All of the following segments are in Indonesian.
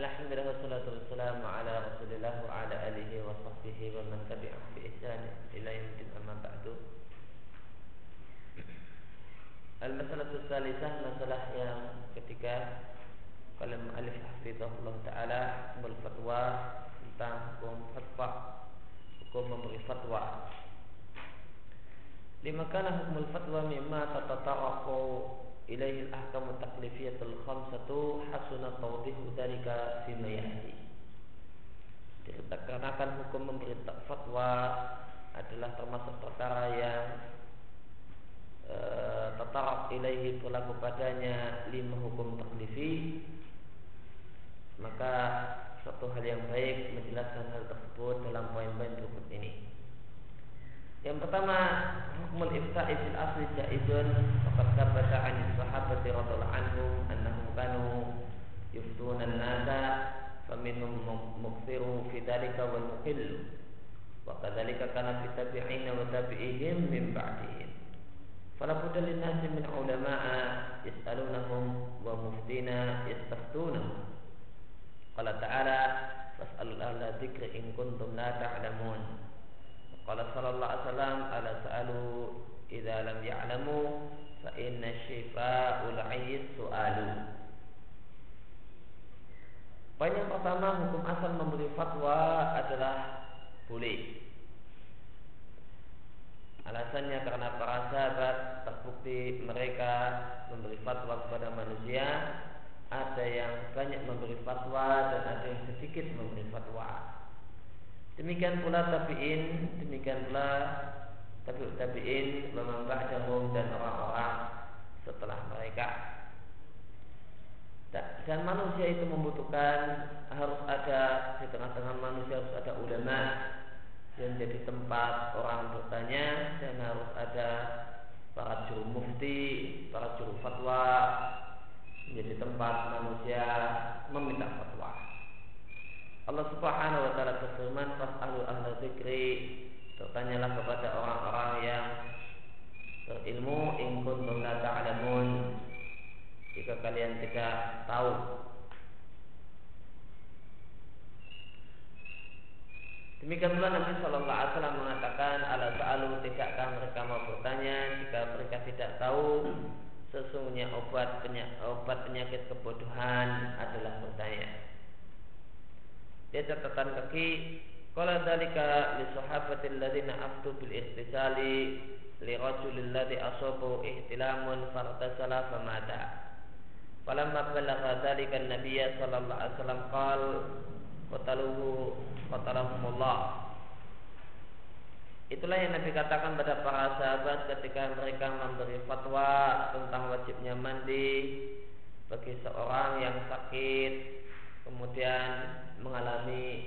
Alhamdulillah wassalatu wassalamu ala Rasulillah wa ala alihi wa sahbihi wa man tabi'ahum bi ihsan ila yaumil amma ba'du. Al-masalatu tsalisah, masalah yang ketiga. Qala al-mu'allif hafizahullah taala berfatwa tentang hukum memberi fatwa. Lima kana hukmul fatwa mimma tatata'aqu ilaihi al-ahkamu taklifiyatul khamsatu hasuna tawdihu dzalika fi ma ya'ti. Dikarenakan hukum memberi fatwa adalah termasuk perkara yang tataraq ilaihi berlaku padanya 5 hukum taklifi, maka suatu hal yang baik menjelaskan hal tersebut dalam poin-poin berikut ini. Yang pertama, hukmul ifta'i fil asli jaizun faqad thabata 'an sahabati radhiyallahu anhum annahum kanu yuftuna an-nasa faminhum mukthiru fi dhalika wal muqillu wa kadzalika kana fi tabi'ina wa tabi'ihim min ba'dihim fala budda lin-nasi min ulama'a yas'alunahum wa muftina yastaftunahum. Qala ta'ala fas'alul ahla dzikri in kuntum la ta'lamun. Qala sallallahu alaihi wasallam ala sa'alu idza lam ya'lamu fa inna syifa'ul 'ayyi su'alu. Poin yang pertama, hukum asal memberi fatwa adalah boleh. Alasannya karena para sahabat terbukti mereka memberi fatwa kepada manusia, ada yang banyak memberi fatwa dan ada yang sedikit memberi fatwa. Demikian pula tabi'in, demikian pula tabi'in, wa man ba'dahum, dan orang-orang setelah mereka. Dan manusia itu membutuhkan, harus ada di tengah-tengah manusia harus ada ulama yang jadi tempat orang bertanya, dan harus ada para juru mufti, para juru fatwa menjadi tempat manusia meminta fatwa. Allah Subhanahu wa taala berfirman, fas'alu ahla dzikri, bertanyalah kepada orang-orang yang berilmu, in kuntum la ta'lamun, jika kalian tidak tahu. Demikian pula Nabi sallallahu alaihi wasallam mengatakan, ala sa'alu, tidakkah mereka mau bertanya jika mereka tidak tahu? Sesungguhnya obat penyakit kebodohan adalah bertanya. Dia catatan kaki, qala dzalika li sahabatil ladzina aftu bil ihtisali li rajulil ladzi asabu ihtilamun fartasala famata. Falamma balagha dzalika an-nabiy sallallahu alaihi wasallam qala qatalahumullah. Itulah yang Nabi katakan pada para sahabat ketika mereka memberi fatwa tentang wajibnya mandi bagi seorang yang sakit, kemudian mengalami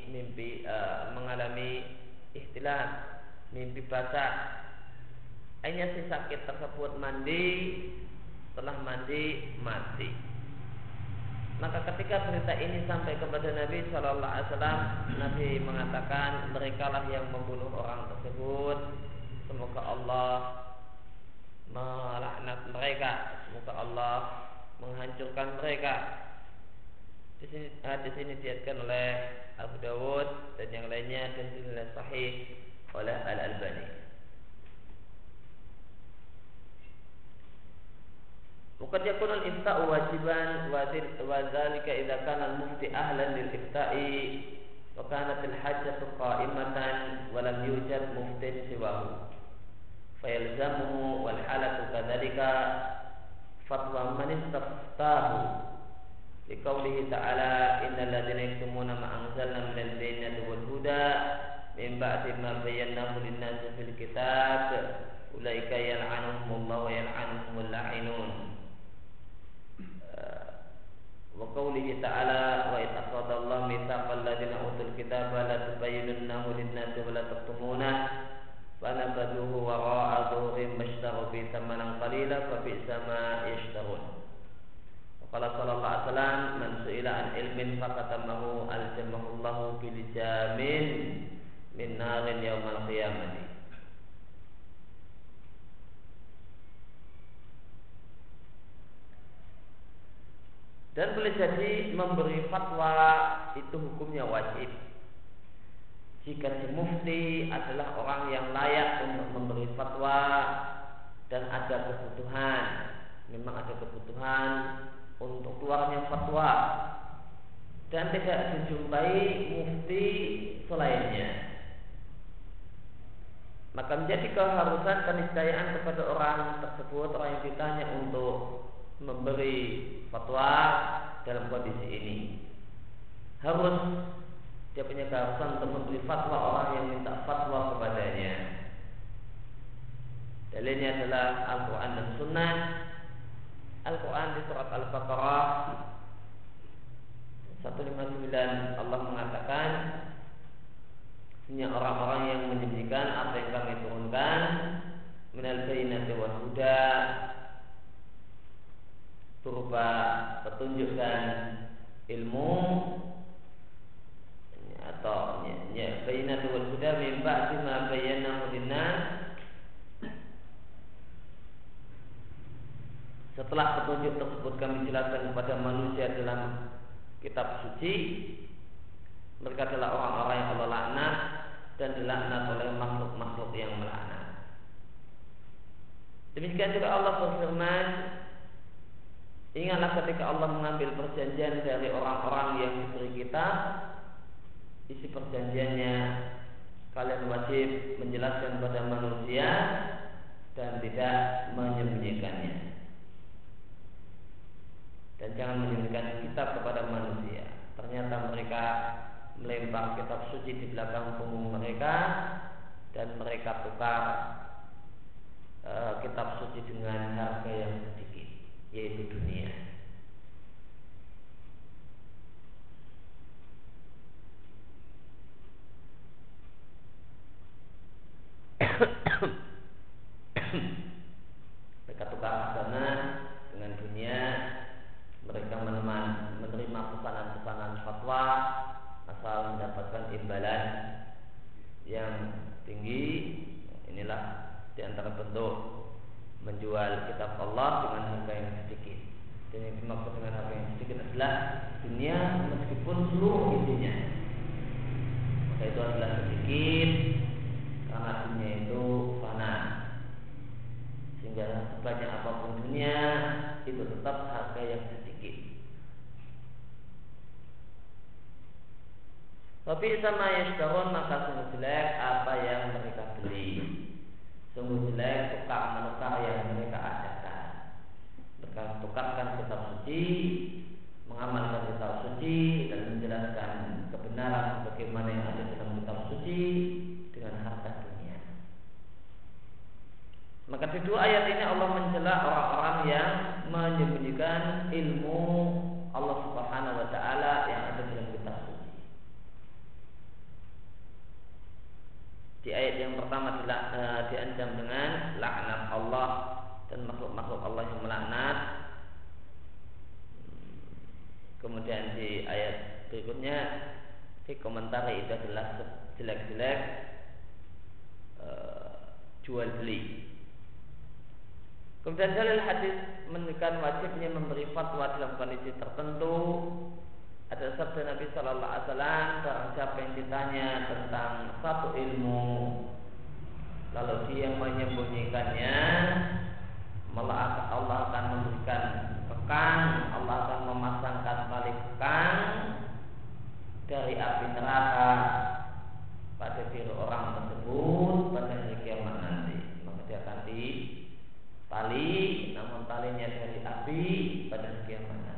ihtilam, mimpi basah. Akhirnya si sakit tersebut mandi, setelah mandi mati. Maka ketika berita ini sampai kepada Nabi sallallahu alaihi wasallam, Nabi mengatakan, merekalah yang membunuh orang tersebut. Semoga Allah melaknat mereka, semoga Allah menghancurkan mereka. Di sini diriwayatkan oleh Abu Dawud dan yang lainnya, dan dinilai sahih oleh Al-Albani. Waqad yakunu al-ifta'u wajiban wa dzalika idza kana al-mufti ahlan lil-ifta'i wa kanat al-hajjatu qa'imatan wa lam yujad muftin siwahu fayalzamuhu wal halatu kadzalika fatwa man istaftahu liqaulihi ta'ala innal ladzina yaktumuna ma anzalna minal bayyinati wal huda min ba'di ma bayyanahu lin-nasi fil kitab ulaika yal'anuhumullahu wa yal'anuhumul la'inun. Wa qaulihi ta'ala wa idh akhadallahu mitsaqal ladzina utul kitaba la tubayyinunnahu lin-nasi wa la taktumunahu fanabadhuhu wara'a dhuhurihim washtaru bi thamanan qalila fa bi'sa ma yashtarun. Qala sallallahu alaihi wasallam, man su'ila an ilmin fakatamahu aljamahu Allahu bil jamin min narin yaumal qiyamah. Dan boleh jadi memberi fatwa itu hukumnya wajib jika si mufti adalah orang yang layak untuk memberi fatwa dan ada kebutuhan, memang ada kebutuhan untuk keluarnya fatwa dan tidak dijumpai mufti selainnya, maka menjadi keharusan keniscayaan kepada orang tersebut, orang yang ditanya untuk memberi fatwa dalam kondisi ini. Harus dia punya keharusan untuk memberi fatwa orang yang minta fatwa kepadanya. Dalilnya adalah Al-Quran dan Sunnah. Al-Quran di surat Al-Baqarah 159 Allah mengatakan, sesungguhnya orang-orang yang menyembunyikan apa yang kami turunkan minal bayyinati wal huda, berupa petunjuk dan ilmu, atau bayyinati wal huda min ba'di ma bayyanahu linnas, setelah petunjuk tersebut kami jelaskan kepada manusia dalam kitab suci. Mereka adalah orang-orang yang Allah laknat dan dilaknat oleh makhluk-makhluk yang melaknat. Demikian juga Allah berfirman, ingatlah ketika Allah mengambil perjanjian dari orang-orang yang diberi kitab. Isi perjanjiannya, kalian wajib menjelaskan kepada manusia dan tidak menyembunyikannya. Dan jangan menyembunyikan kitab kepada manusia. Ternyata mereka melempar kitab suci di belakang punggung mereka dan mereka tukar kitab suci dengan harga yang sedikit, yaitu dunia. Mereka tukar agama dengan dunia. Mereka menerima pesanan-pesanan fatwa asal mendapatkan imbalan yang tinggi. Inilah di antara bentuk menjual kitab Allah dengan harga yang sedikit. Dan yang dimaksud dengan harga yang sedikit adalah dunia meskipun seluruh isinya. Maka itu adalah sedikit karena dunia itu fana. Sehingga sebanyak apapun dunia itu tetap harga yang sedikit. Tapi sama yashtarun, maka sungguh jelek apa yang mereka beli. Sungguh jelek tukar menukar yang mereka adakan. Mereka tukarkan kitab suci, mengamalkan kitab suci dan menjelaskan kebenaran bagaimana yang ada dalam kitab suci dengan harta dunia. Maka di dua ayat ini Allah mencela orang-orang yang menyembunyikan ilmu Allah Subhanahu wa taala yang ada dalam kitab suci. Di ayat yang pertama diancam dengan laknat Allah dan makhluk-makhluk Allah yang melaknat. Kemudian di ayat berikutnya dikomentari itu adalah jelek-jelek jual beli. Kemudian dalil hadis menunjukkan wajibnya memberi fatwa dalam kondisi tertentu. Ada sabda Nabi Sallallahu Alaihi Wasallam, barang siapa yang ditanya tentang satu ilmu lalu dia menyembunyikannya, malah Allah akan memberikan kekang, Allah akan memasangkan tali kekang dari api neraka pada diri orang tersebut pada hari kiamat nanti. Maka dia akan tali, namun talinya dari api pada hari kiamat nanti.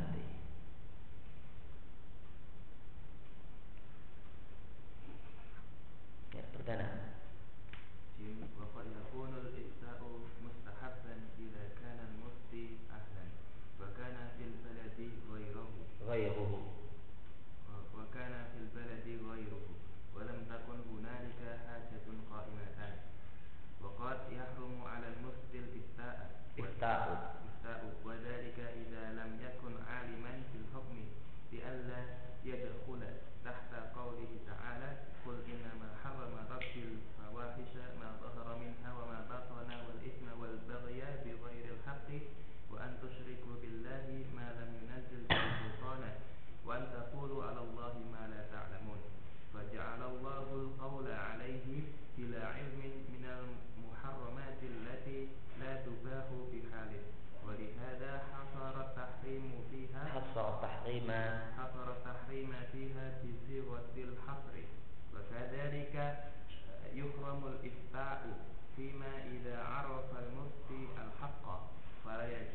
Ya, perdana. وقد يكون الإفتاء مستحبا إذا كان المفتي أهلا وكان في البلد غيره وكان في البلد غيره ولم تكن هنالك حاجة قائمة. وقد يحرم على المفتي الإفتاء وذلك إذا لم يكن عالما بالحكم بألا يدخل تحت قوله تعالى قل إنما حرم ربي الفواحش ما ظهر منها وما بطن والإثم والبغي بغير الحق وأن تشركوا بالله ما لم ينزل به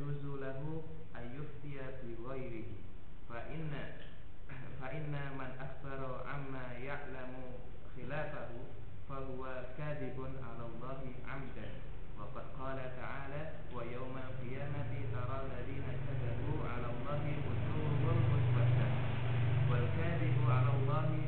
yajuzu lahu ayyuftiya bi ghairihi fa inna man akhbara amma ya'lamu khilafahu fa huwa kadhibun 'ala Allahi 'amdan wa qad qala ta'ala wa yawmal qiyamati taral ladzina kadzabu 'ala Allahi wujuhuhum muswaddah wal kadhibu 'ala Allahi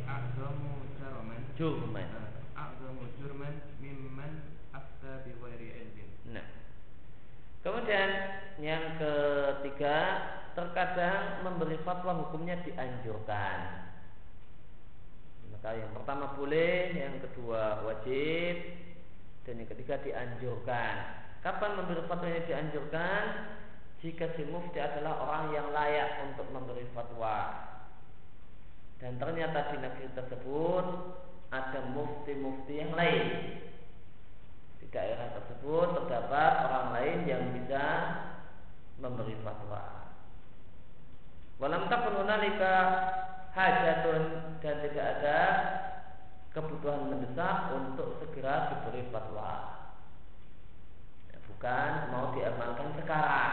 a'zamu jurman mimman afta bi ghairi ilmin. Nah, kemudian yang ketiga, terkadang memberi fatwa hukumnya dianjurkan. Maka yang pertama boleh, yang kedua wajib, dan yang ketiga dianjurkan. Kapan memberi fatwa ini dianjurkan? Jika si mufti adalah orang yang layak untuk memberi fatwa, dan ternyata di negeri tersebut ada mufti-mufti yang lain. Di daerah tersebut terdapat orang lain yang bisa memberi fatwa. Walam takun hunalika hajatun, dan tidak ada kebutuhan mendesak untuk segera diberi fatwa. Bukan mau diamalkan sekarang,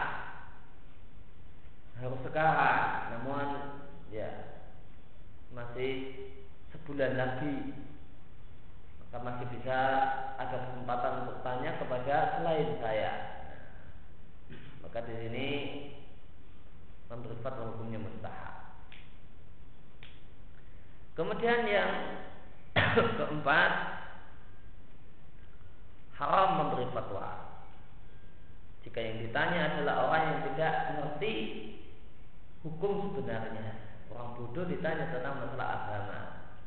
harus sekarang, namun ya masih sebulan lagi, maka masih bisa ada kesempatan untuk tanya kepada selain saya. Maka di sini memberi fatwa hukumnya mustahab. Kemudian yang keempat, haram memberi fatwa jika yang ditanya adalah orang yang tidak mengerti hukum sebenarnya. Orang bodoh ditanya tentang masalah agama,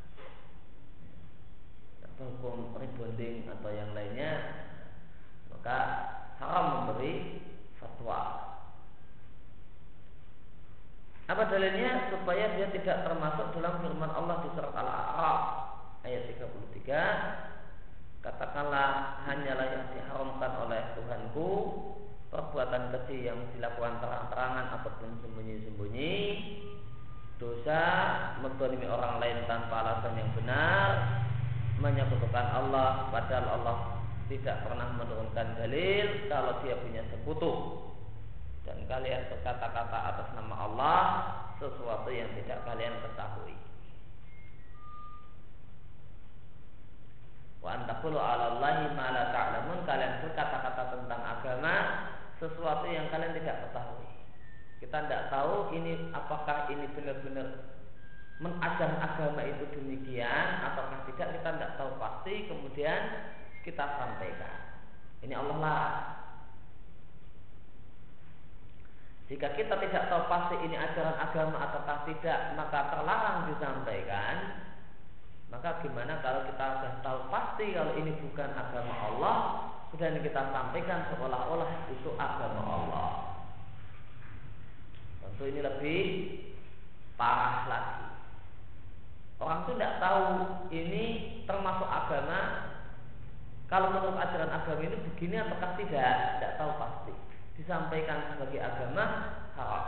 atau hukum rebonding atau yang lainnya, maka haram memberi fatwa. Apa dalilnya? Supaya dia tidak termasuk dalam firman Allah di surat Al-A'raf ayat 33, katakanlah hanyalah yang diharamkan oleh Tuhanku perbuatan keji yang dilakukan terang-terangan ataupun sembunyi-sembunyi, dosa, menzalimi orang lain tanpa alasan yang benar, menyekutukan Allah padahal Allah tidak pernah menurunkan dalil kalau dia punya sekutu, dan kalian berkata-kata atas nama Allah sesuatu yang tidak kalian ketahui. Wa antaqulu 'ala Allahi ma la ta'lamun, kalian berkata-kata tentang agama sesuatu yang kalian tidak ketahui. Kita tidak tahu ini apakah ini benar-benar mengajarkan agama itu demikian ataukah tidak, kita tidak tahu pasti, kemudian kita sampaikan. Ini Allah lah. Jika kita tidak tahu pasti ini ajaran agama ataukah tidak, maka terlarang disampaikan. Maka gimana kalau kita sudah tahu pasti kalau ini bukan agama Allah, kemudian kita sampaikan seolah-olah itu agama Allah. Tentu ini lebih parah lagi. Orang itu tidak tahu ini termasuk agama. Kalau menurut ajaran agama ini begini ataukah tidak tahu pasti. Disampaikan sebagai agama haram.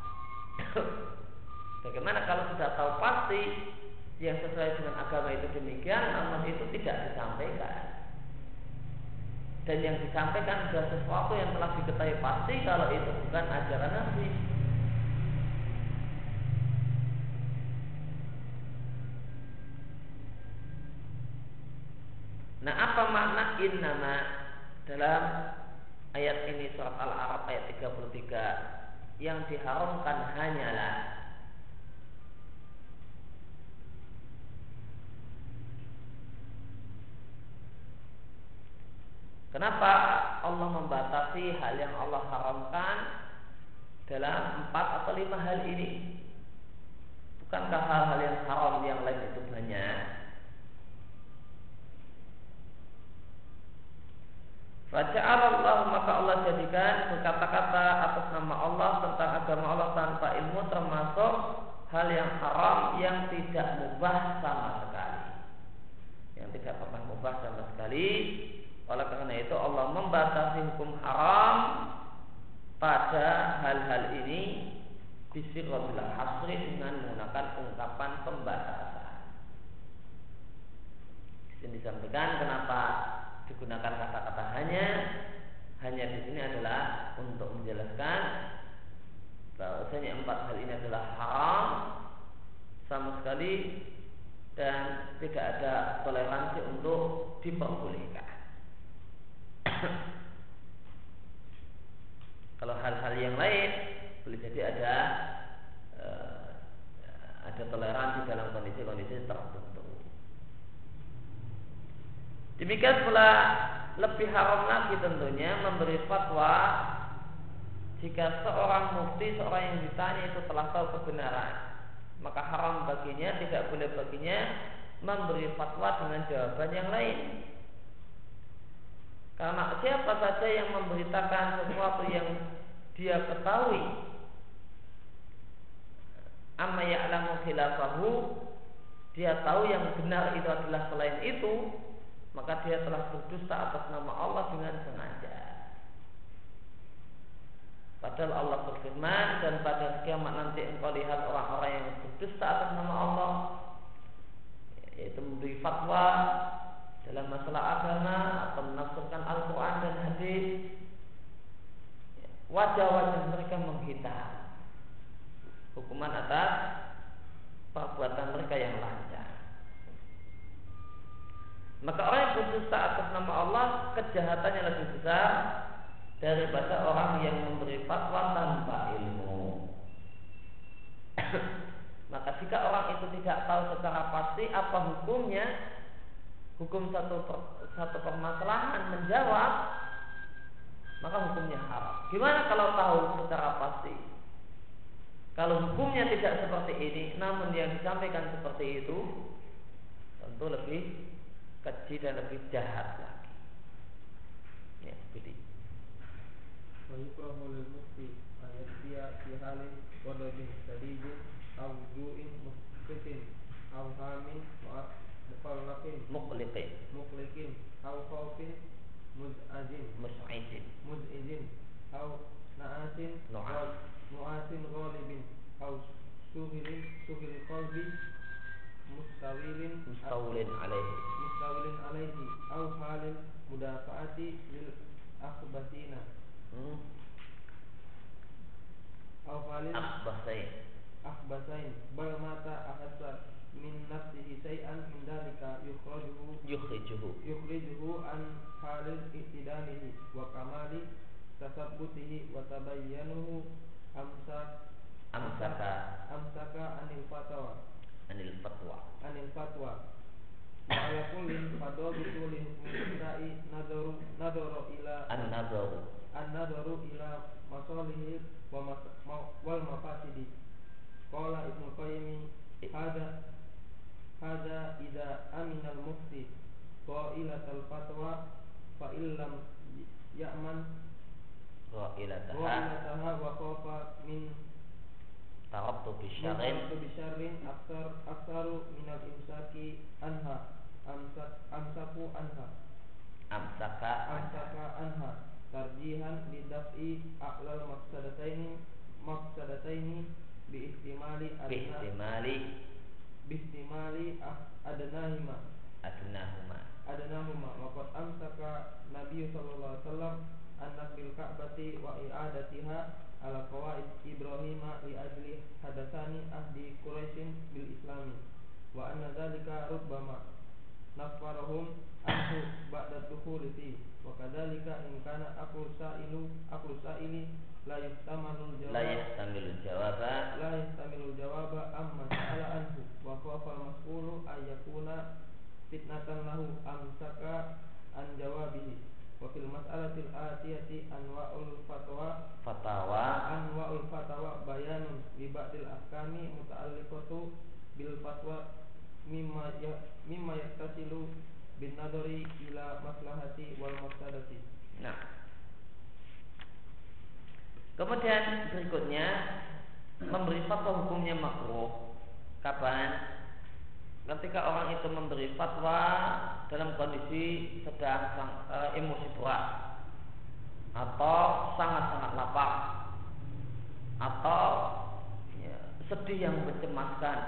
Bagaimana kalau sudah tahu pasti yang sesuai dengan agama itu demikian, namun itu tidak disampaikan? Dan yang disampaikan adalah sesuatu yang telah diketahui pasti kalau itu bukan ajaran Nabi. Nah, apa makna innama dalam ayat ini surat Al-A'raf ayat 33? Yang diharamkan hanyalah. Kenapa Allah membatasi hal yang Allah haramkan dalam 4 atau 5 hal ini? Bukankah hal-hal yang haram yang lain itu banyak? Faja'alallah, maka Allah jadikan berkata-kata atas nama Allah tentang agama Allah tanpa ilmu termasuk hal yang haram yang tidak mubah sama sekali, yang tidak pernah mubah sama sekali. Oleh karena itu Allah membatasi hukum haram pada hal-hal ini bisiratil hasri dengan menggunakan ungkapan pembatasan. Di sini disampaikan kenapa digunakan kata-kata hanya di sini adalah untuk menjelaskan bahasanya 4 hal ini adalah haram sama sekali dan tidak ada toleransi untuk diperbolehkan. Kalau hal-hal yang lain boleh jadi ada toleransi dalam kondisi-kondisi tertentu. Demikian pula lebih haram lagi tentunya memberi fatwa jika seorang mufti, seorang yang ditanya itu telah tahu kebenaran, maka haram baginya, tidak boleh baginya memberi fatwa dengan jawaban yang lain. Karena siapa saja yang memberitakan sesuatu yang dia ketahui, amma ya'lamu khilafahu, dia tahu yang benar itu adalah selain itu, maka dia telah berdusta atas nama Allah dengan sengaja. Padahal Allah berfirman, dan pada kiamat nanti engkau lihat orang-orang yang berdusta atas nama Allah, yaitu memberi fatwa dalam masalah agama atau menafsirkan Al-Quran dan hadis, wajah-wajah mereka menghitam. Hukuman atas perbuatan mereka yang lancar. Maka orang yang berdusta atas nama Allah, kejahatannya lebih besar daripada orang yang memberi fatwa tanpa ilmu. Maka jika orang itu tidak tahu secara pasti apa hukumnya, hukum satu permasalahan menjawab, maka hukumnya haram. Gimana kalau tahu secara pasti? Kalau hukumnya tidak seperti ini, namun yang disampaikan seperti itu, tentu lebih keji dan lebih jahat lagi. Ya, begitu. ويكره للمفتي أن يفتي في حال غضب شديد أو جوع مسكت أو هام مقلق أو خوف مزعج أو نعاس غالب أو شغل قلب مستول عليه أو حال المدافعة للأخبثين أو حال الأخبثين بل مات أحس من نفسه شيئا من ذلك يخرجه عن حال اعتداله وكمال تثبته وتبينه أمسك عن الفتوى وعلى كل فضابط للمفتاء النظر إلى مصالح والمفاسد. قال ابن القيم هذا إذا أمن المفتي قائلة الفتوى فإن لم يأمن قائلتها وخاف من ترتب بشر أكثر من الإمساك عنها أمسك عنها ترجيحا لدفع أعلى المفسدتين باحتمال أدناهما وقد أمسك النبي صلى الله عليه وسلم عن نصب الكعبة وإعادتها على قواعد إبراهيم لأجل حدثان عهد قريش بالإسلام وأن ذلك ربما نفرهم عنه بعد الدخول فيه وكذلك إن كان أقل السائل لا يحتمل الجواب عما سأل عنه وخاف المسؤول أن يكون فتنة له أمسك عن جوابه. وفي المسألة الآتية أنواع الفتوى بيان لبعض الأحكام متعلقة بالفتوى مما يتصل بالنظر إلى مصلحة والمفسدة. Nah, kemudian berikutnya memberi fatwa hukumnya makruh. Kapan? Ketika orang itu memberi fatwa dalam kondisi sedang emosi berat atau sangat-sangat lapar atau sedih yang mencemaskan,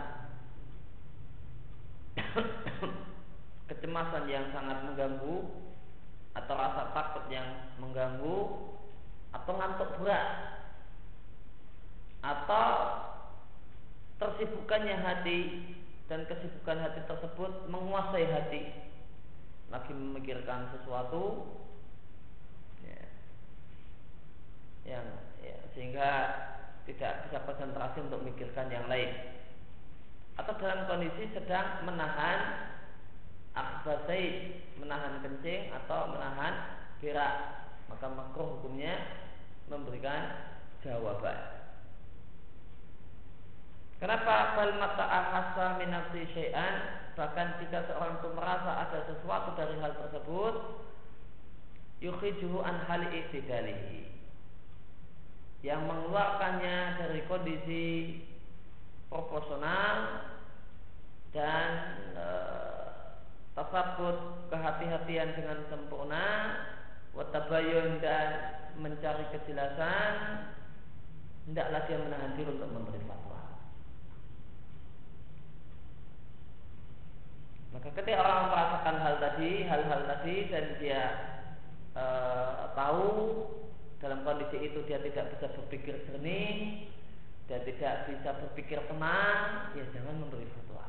kecemasan yang sangat mengganggu atau rasa takut yang mengganggu atau ngantuk berat. atau tersibukannya hati dan kesibukan hati tersebut menguasai hati, lagi memikirkan sesuatu ya, yang sehingga tidak bisa konsentrasi untuk memikirkan yang lain, atau dalam kondisi sedang menahan akhbasai, menahan kencing atau menahan gerak, maka makruh hukumnya memberikan jawaban. Kenapa? Bal mata ahassa min nafsi syai'an, bahkan jika seorang itu merasa ada sesuatu dari hal tersebut, yukhrijuhu an hali i'tidalihi, yang mengeluarkannya dari kondisi proporsional dan tasabut, kehati-hatian dengan sempurna, watabayun, dan mencari kejelasan, hendaklah dia menahan diri untuk memberi fatwa. Maka ketika orang merasakan hal-hal tadi dan dia tahu dalam kondisi itu dia tidak bisa berpikir jernih dan tidak bisa berpikir tenang, ya jangan memberi fatwa.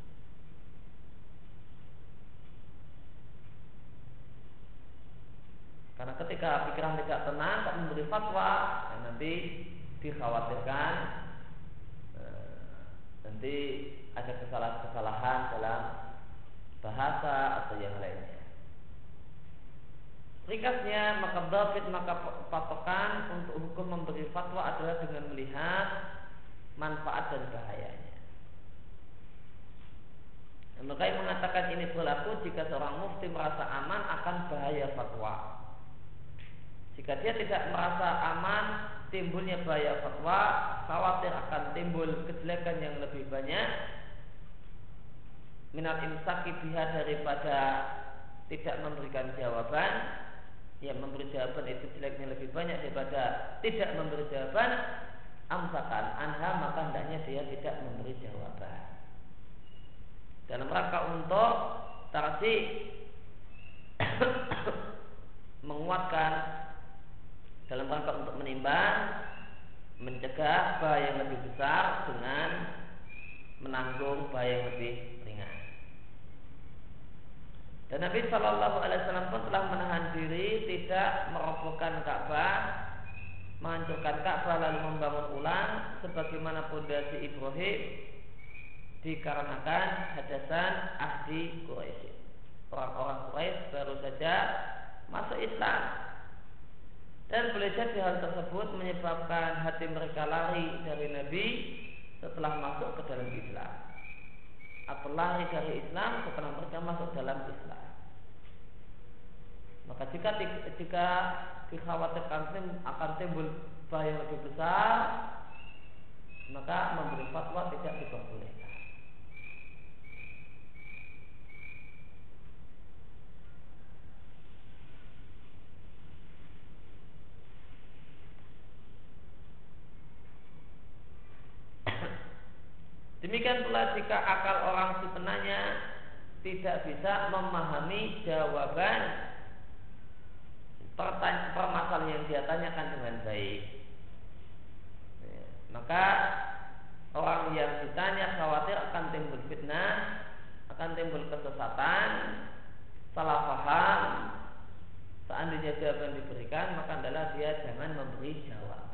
Karena ketika pikiran tidak tenang, tak memberi fatwa, ya nanti dikhawatirkan nanti ada kesalahan-kesalahan dalam bahasa atau yang lainnya. Ringkasnya, maka patokan untuk hukum memberi fatwa adalah dengan melihat manfaat dan bahayanya. Maka yang mengatakan ini berlaku jika seorang mufti merasa aman akan bahaya fatwa. Jika dia tidak merasa aman timbulnya bahaya fatwa, khawatir akan timbul kejelekan yang lebih banyak, minal imsaki biha, daripada tidak memberikan jawaban. Ya, memberi jawaban itu jeleknya lebih banyak daripada tidak memberi jawaban. Amsakan anha, maka hendaknya dia tidak memberi jawaban dalam rangka untuk tarsih menguatkan, dalam rangka untuk menimbang, mencegah bahaya yang lebih besar dengan menanggung bahaya yang lebih ringan. Dan Nabi Shallallahu Alaihi Wasallam pun telah menahan diri tidak merobohkan Ka'bah, menghancurkan Ka'bah lalu membangun ulang sebagaimana pondasi Ibrahim, dikarenakan hadasan ahdi Quraisy. Orang-orang Quraisy baru saja masuk Islam, dan boleh jadi hal tersebut menyebabkan hati mereka lari dari Nabi setelah masuk ke dalam Islam, atau lari dari Islam setelah mereka masuk dalam Islam. Maka jika dikhawatirkan akan timbul bahaya lebih besar, maka memberi fatwa tidak diperbolehkan. Demikian pula jika akal orang si penanya tidak bisa memahami jawaban permasalahan yang dia tanyakan dengan baik, maka orang yang ditanya khawatir akan timbul fitnah, akan timbul kesesatan, salah paham. Seandainya jawaban diberikan, maka adalah dia jangan memberi jawaban.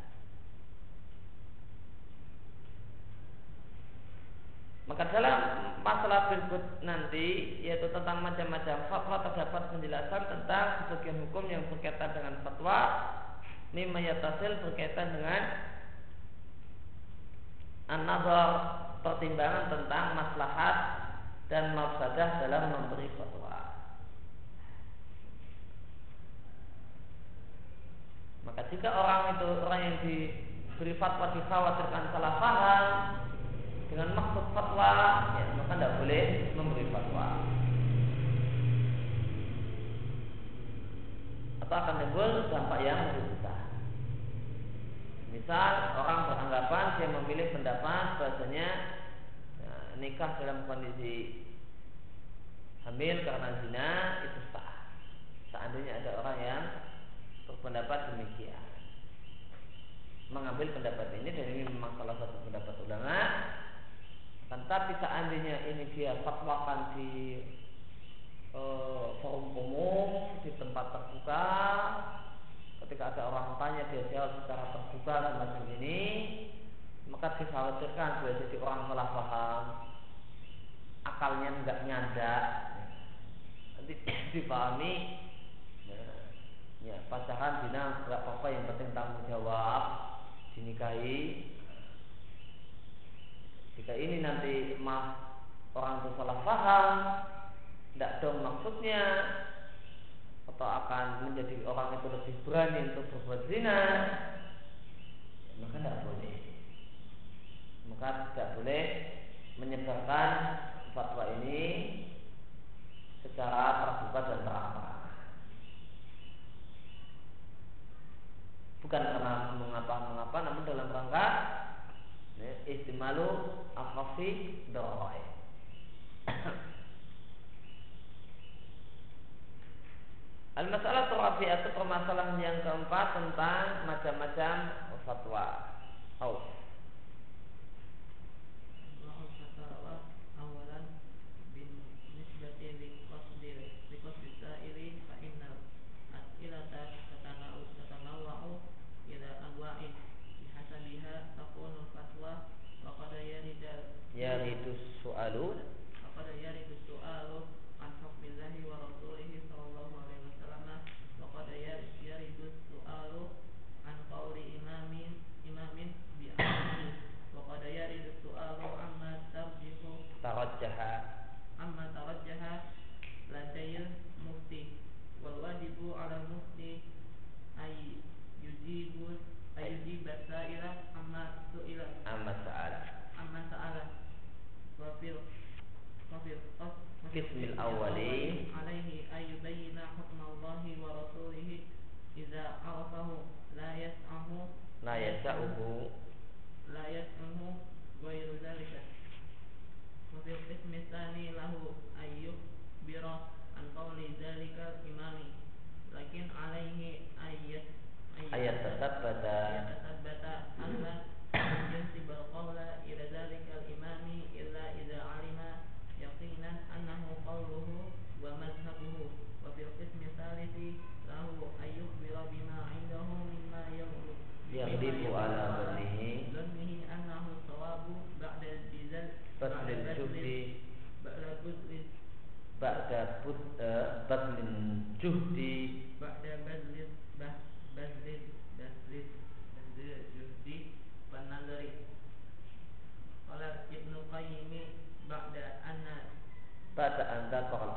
Maka dalam masalah berikut nanti, yaitu tentang macam-macam fatwa, terdapat penjelasan tentang sebagian hukum yang berkaitan dengan fatwa, mimma yatasil, berkaitan dengan an-nazar, pertimbangan tentang maslahat dan mafsadah dalam memberi fatwa. Maka jika orang yang diberi fatwa dikhawatirkan salah paham dengan maksud fatwa, ya, maka tidak boleh memberi fatwa, atau akan timbul dampak yang lebih besar. Misal orang beranggapan dia memilih pendapat bahasanya nikah dalam kondisi hamil karena zina itu sah. Seandainya ada orang yang berpendapat demikian, mengambil pendapat ini, dan ini memang salah satu pendapat ulama. Tapi seandainya ini dia fatwakan di forum umum, di tempat terbuka, ketika ada orang tanya dia jawab secara terbuka semacam ini, maka dikhawatirkan dia jadi orang salah paham, akalnya enggak nyandak, nanti dipahami ya pacaran bina enggak apa-apa, yang penting tanggung jawab, dinikahi. Jika ini nanti orang itu salah paham, tidak dong maksudnya, atau akan menjadi orang itu lebih berani untuk berbuat zina, maka tidak boleh. Maka tidak boleh menyebarkan fatwa ini secara terbuka dan terang-terangan. Bukan karena mengapa-mengapa, namun dalam rangka ihtimalu akhfi darai. Al-masalah terabi'ah itu permasalahan yang keempat tentang macam-macam fatwa. Awalan bin nisbati liqasdi sa'ili fa innal as'ilata tatanawwa'u ila anwa'in bihasabiha takunu fatwa wa qad yaridu su'alu an hukmillahi wa rasulihi sallallahu alaihi wasallam wa qad yaridu su'alu an qawli imamin bi amrihi wa qad yaridu su'alu amma tarajjaha ladayil mufti wal wajibu 'ala mufti ay yujiba sa'ila amma sa'ala wa fil Qismil awwali alaihi ayyubayyina hukmallahi wa rasulihi idza arafahu la yas'ahu ghairu dzalika wa fil qismi tsani lahu ayyukhbira an qawli dzalikal imami lakin alaihi ayat tasabbata alla yansibal qawla ila dzalikal imami illa idza alima yaqinan annahu qawluhu wa madhhabuhu wa fil qismi tsalithi lahu ayyukhbira bima 'indahu mimma yaghlibu ala dhannihi annahu sawabu ba'da badlil juhdi ba'da badlil juhdi penazari qala Ibnu Qayyim ba'da an dzakara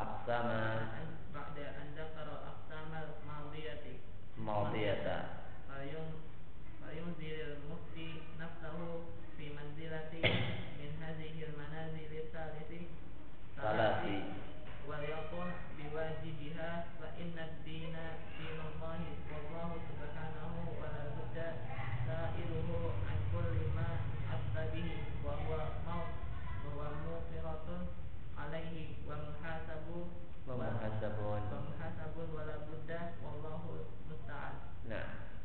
al-aqsama madiyata fayunzilul mufti nafsahu fi manzilati min hadhihi al-manazil salasi wa yaqul biwajibiha fa inna ad-dina dinallahi wallahu subhanahu wa la budda sa'iluhu an kulli ma astabihi wa huwa muqiratun alaihi wa muhasabun wa la budda wallahu musta'an. Nah,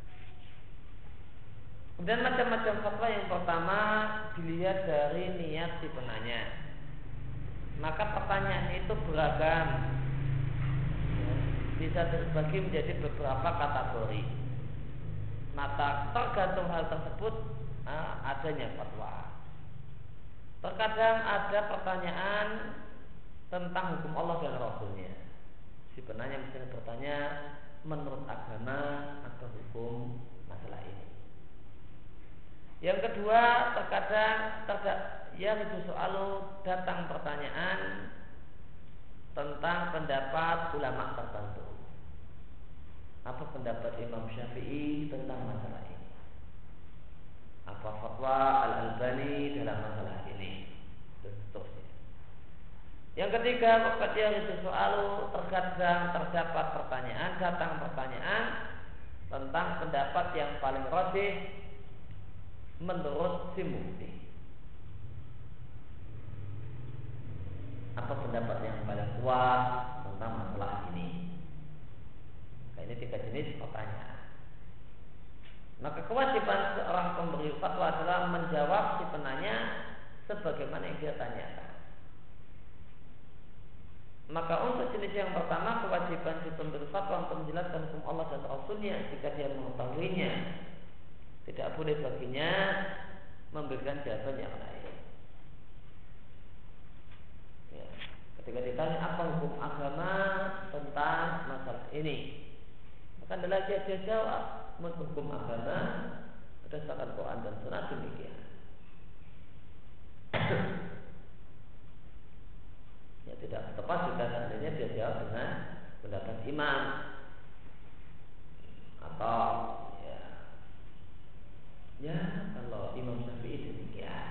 kemudian macam-macam fatwa yang pertama dilihat dari niat si penanya. Maka pertanyaan itu beragam, bisa terbagi menjadi beberapa kategori. Maka tergantung hal tersebut adanya fatwa. Terkadang ada pertanyaan tentang hukum Allah dan Rasulnya. Si penanya misalnya bertanya menurut agama atau hukum masalah ini. Yang kedua, terkadang itu soal datang pertanyaan tentang pendapat ulama tertentu. Apa pendapat Imam Syafi'i tentang masalah ini? Apa fatwa Al-Albani dalam masalah ini? Dan seterusnya. Yang ketiga, waktu itu soal terkadang terdapat datang pertanyaan tentang pendapat yang paling rajih menurut si mufti. Apa pendapat yang paling kuat tentang masalah ini? Nah, ini 3 jenis pertanyaan. Maka kewajiban seorang pemberi fatwa adalah menjawab si penanya sebagaimana yang dia tanyakan. Maka untuk jenis yang pertama, kewajiban si pemberi fatwa untuk menjelaskan hukum Allah dan Rasulnya jika dia mengetahuinya. Tidak boleh baginya memberikan jawaban yang lain. Ya. Ketika ditanya apa hukum agama tentang masalah ini, maka adalah dia jawab menurut hukum agama berdasarkan Quran dan Sunnah demikian. Ya tidak tepat jika seandainya dia jawab dengan pendapat imam atau ya kalau Imam Syafi'i demikian.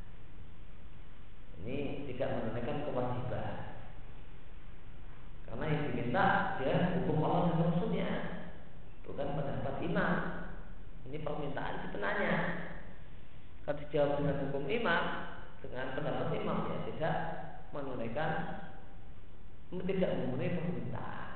Ini tidak menunaikan kewajiban. Karena yang diminta dia hukum Allah dan Rasulnya, bukan pendapat imam. Ini permintaan si penanya. Kalau dijawab dengan hukum imam, dengan pendapat imam, ya tidak menunaikan, tidak memenuhi permintaan.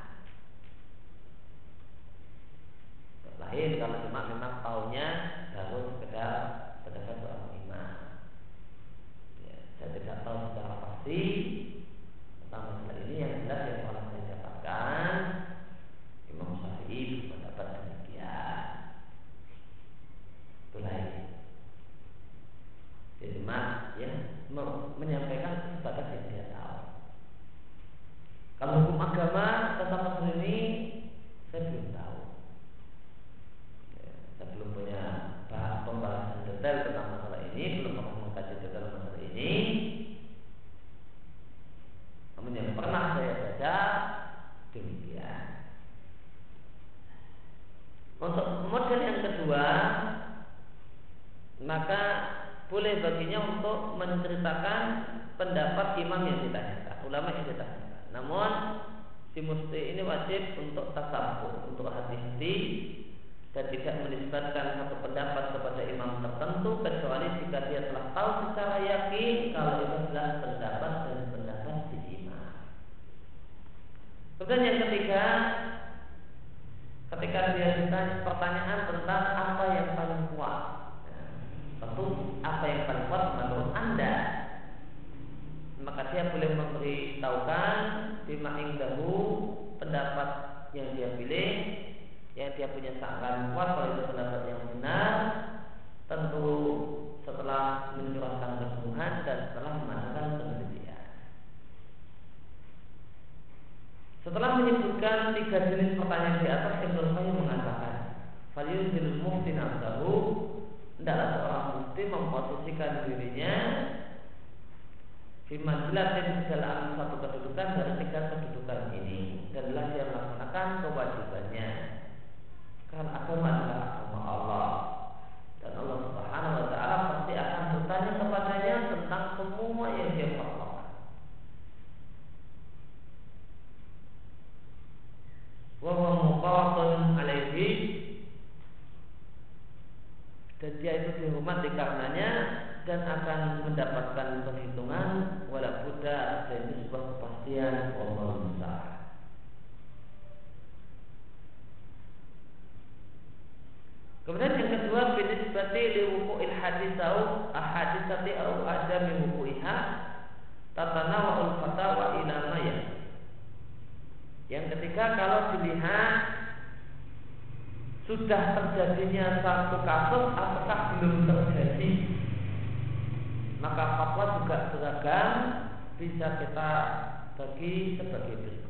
Lain kalau cuma memang taunya baru sekedar pendapat seorang imam. Ya, saya tidak tahu secara pasti tentang masalah ini. Yang jelas yang telah saya dapatkan, Imam Syafi'i berpendapat demikian. Itu lain. Dia cuma ya menyampaikan sebatas yang dia tahu. Kalau hukum agama tentang masalah ini saya belum tahu. Saya belum punya pembahasan detail tentang masalah ini, belum pernah mengkaji detail masalah ini. Namun yang pernah saya baca demikian. Untuk model yang kedua, maka boleh baginya untuk menceritakan pendapat imam yang ditanyakan, ulama yang ditanyakan. Namun si mufti ini wajib untuk tasabuh, untuk hati-hati dan tidak menisbatkan satu pendapat kepada imam tertentu kecuali jika dia telah tahu secara yakin kalau itu adalah pendapat dan pendapat si imam. Kemudian yang ketiga, ketika dia ditanya pertanyaan tentang apa yang paling kuat, tentu apa yang paling kuat menurut Anda, maka dia boleh memberitahukan bima indahu, pendapat yang dia pilih, yang dia punya sangat kuat kalau itu pendapat yang benar, tentu setelah mencurahkan ketemuan dan setelah mengadakan penelitian. Setelah menyebutkan 3 jenis pertanyaan di atas, Ibnu Qayyim mengatakan, "Falyuzil mufti nafsahu," hendaklah seorang mufti memposisikan dirinya di manzilatin dalam satu kedudukan dari 3 kedudukan ini, dan adalah dia melaksanakan kewajibannya. Karena agama adalah agama Allah, dan Allah Subhanahu wa Ta'ala pasti akan bertanya kepadanya tentang semua yang dia perbuat. Wa huwa muqatun alaihi, dan dia itu dihormati karenanya dan akan mendapatkan perhitungan wala budda, dan itu sebuah kepastian wallahu musta'an. Kemudian yang kedua, binisbati liwuqu'il hadisau ahadisati au adami wuku'iha tatanawa'ul fatawa ila maya. Yang ketiga, kalau dilihat sudah terjadinya satu kasus ataukah belum terjadi, maka fatwa juga beragam, bisa kita bagi sebagai berikut.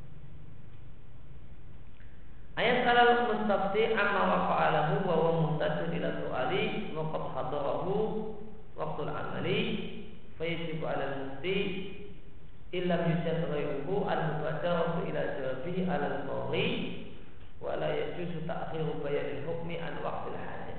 Ayat salal mustafti amma waqa'alahu wa huwa muhtajun ila su'ali wa qad hadarahu waqtul amali fa yajibu 'ala al-mufti illa yujad ghayruhu al-mubadaratu ila jawabihi 'ala al-fawri wa la yajuzu ta'khiru bayan al-hukmi an waqtil hajat.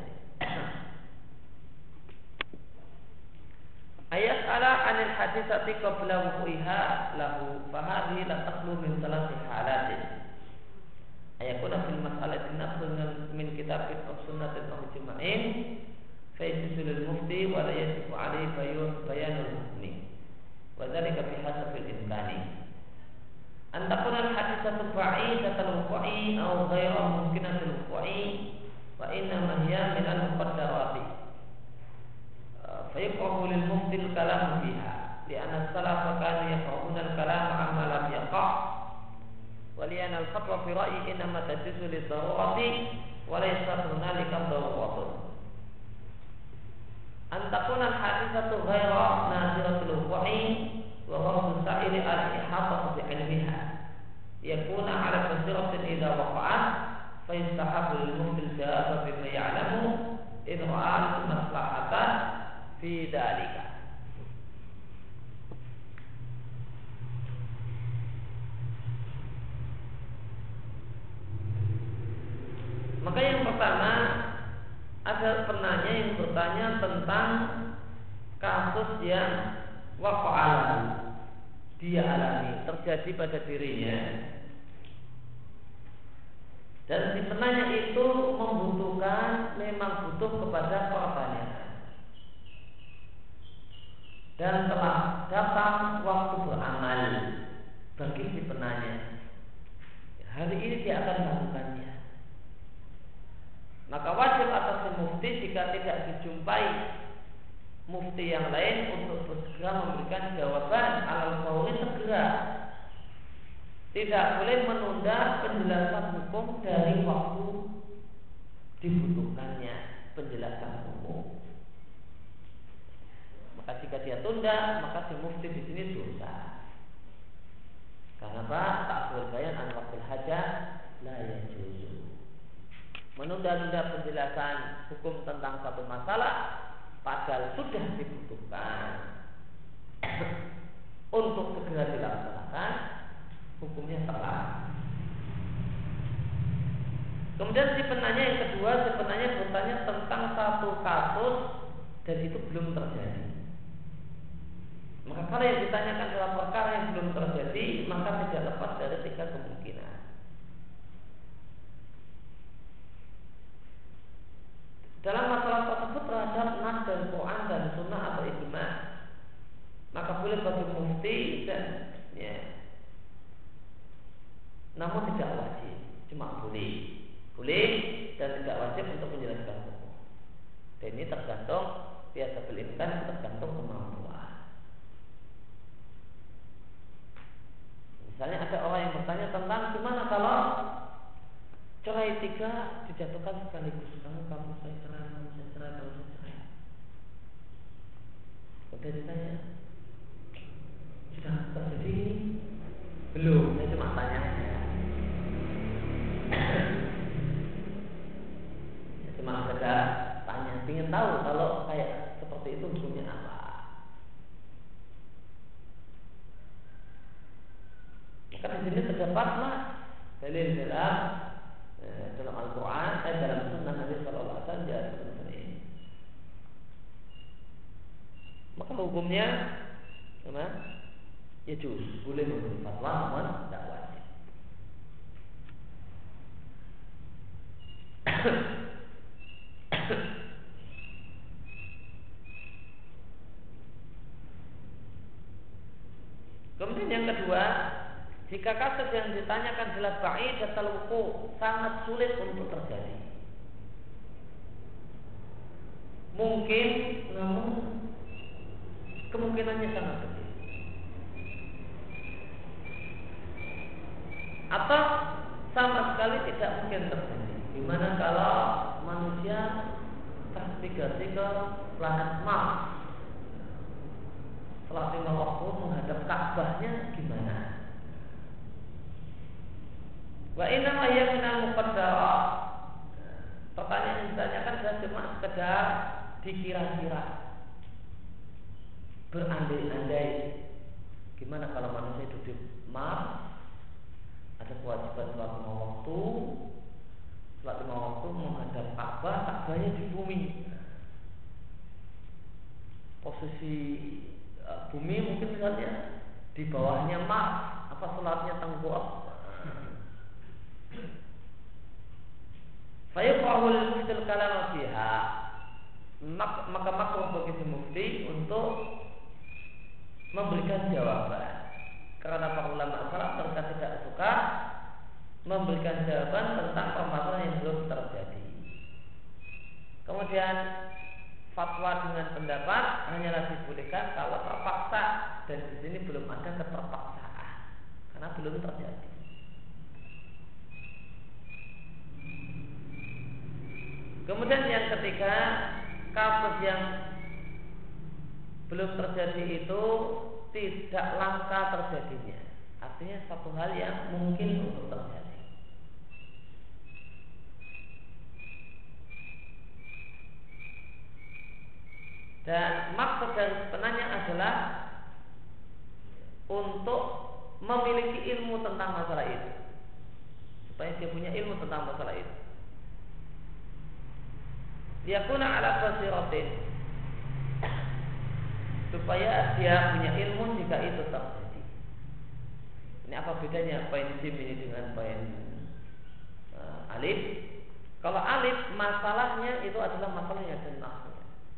Ayat ala 'anil hadisati qabla wuqu'iha lahu fa hadhihi la takhlu min thalathi halatin. Ayakuna fil mas'alatin naqlun min kitabin aw sunnatin aw ijma'in fa yajuzu mufti wa la yajibu 'alaihi bayanul hukmi wa dzalika bi hasabil imkani an takuna al haditsatu ba'idatan wuqu'i aw ghayra mumkinatil wuqu'i wa fa inna ma hiya min al-muqaddarati fa yuqamu lil mufti al-kalam fiha li'anna as-salaf kanu yaqra'una al-kalam amma lam yaqa' wa li'anna al-fatwa fi ra'yi inma tajuzu lid-darurati wa laysa hunalika daruratun an takuna al-hadithatu ghayra naziratul wa'i wa ghaddu sa'ili al-ihata bi 'ilmiha yakuna 'ala basiratin idza waqa'at fa yustahabu lil mufti al-jawab bima ya'lamu in ra'a maslahatan fi dzalika. Maka yang pertama ada penanya yang bertanya tentang kasus yang waqa'alahu, dia alami, terjadi pada dirinya, dan si penanya itu membutuhkan, memang butuh kepada pertanyaan, dan telah datang waktu beramal bagi si penanya. Hari ini dia akan melakukannya. Maka wajib atas si mufti jika tidak dijumpai mufti yang lain untuk segera memberikan jawaban alal fauri, segera. Tidak boleh menunda penjelasan hukum dari waktu dibutuhkannya penjelasan hukum. Maka jika dia tunda, maka si mufti di sini dosa. Karena apa? Ta'khir bayan an waqtil hajah la yajuzu. Menunda-nunda penjelasan hukum tentang satu masalah padahal sudah dibutuhkan untuk segera dilaksanakan, hukumnya salah. Kemudian si penanya yang kedua, si penanya bertanya tentang satu kasus dan itu belum terjadi. Maka kalau yang ditanyakan adalah perkara yang belum terjadi, maka tidak lepas dari tiga kemungkinan. Dalam masalah tersebut terhadap nas dan Quran dan Sunnah atau ijma, maka boleh bagi mufti dan namun tidak wajib, cuma boleh dan tidak wajib untuk menjelaskan hukum. Dan ini tergantung biasa belimkan, tergantung kemampuan. Misalnya ada orang yang bertanya tentang gimana kalau cerai 3 dijatuhkan sekaligus, kamu saya cerai, kamu saya cerai, kamu saya cerai. Sudah ditanya, sudah terjadi ini? Belum, saya cuma tanya aja. Saya cuma sekedar tanya, ingin tahu kalau kayak seperti itu hukumnya apa. Maka di sini terdapat dalil dalam Al-Quran, dalam Sunnah Nabi Sallallahu Alaihi Wasallam seperti ini. Maka hukumnya, ya juz, boleh memberi fatwa, namun tidak wajib. Kemudian yang kedua, jika kasus yang ditanyakan adalah ba'id atau wuku, sangat sulit untuk terjadi. Mungkin, namun kemungkinannya sangat kecil. Atau sama sekali tidak mungkin terjadi. Gimana kalau manusia termigrasi ke planet Mars? Setelah 5 waktu menghadap Ka'bahnya gimana? Wa inna ma hiya minal muqaddarat. Pertanyaan yang ditanyakan adalah cuma sekedar dikira-kira, berandai-andai. Gimana kalau manusia hidup di Mars? Ada kewajiban sholat 5 waktu. Sholat 5 waktu menghadap Ka'bah, Ka'bahnya di bumi. Posisi bumi mungkin misalnya di bawahnya Mars. Apa sholatnya tengkurap? Fayuqahu al-muftil kalam fiha. Maka makruh bagi si mufti untuk memberikan jawaban. Karena para ulama salaf mereka tidak suka memberikan jawaban tentang permasalahan yang belum terjadi. Kemudian fatwa dengan pendapat hanyalah dibolehkan kalau terpaksa, dan di sini belum ada keterpaksaan karena belum terjadi. Kemudian yang ketiga, kasus yang belum terjadi itu tidak langka terjadinya. Artinya satu hal yang mungkin untuk terjadi. Dan maksud dari penanya adalah untuk memiliki ilmu tentang masalah itu, supaya dia punya ilmu tentang masalah itu. Yakuna ala basiratin, supaya dia punya ilmu jika itu terjadi. Ini apa bedanya poin sim ini dengan poin alif? Kalau alif masalahnya itu adalah masalah yang ada nafsunya.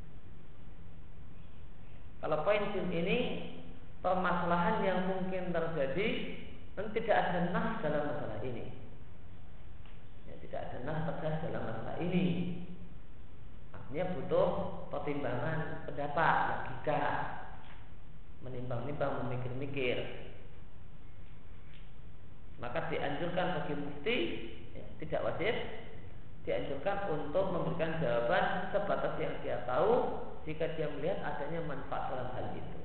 Kalau poin sim ini permasalahan yang mungkin terjadi dan tidak ada nas dalam masalah ini. Ya, tidak ada nas tegas dalam masalah ini. Artinya butuh pertimbangan pendapat, logika, menimbang-nimbang, memikir-mikir. Maka dianjurkan bagi mufti, ya, tidak wajib, dianjurkan untuk memberikan jawaban sebatas yang dia tahu jika dia melihat adanya manfaat dalam hal itu.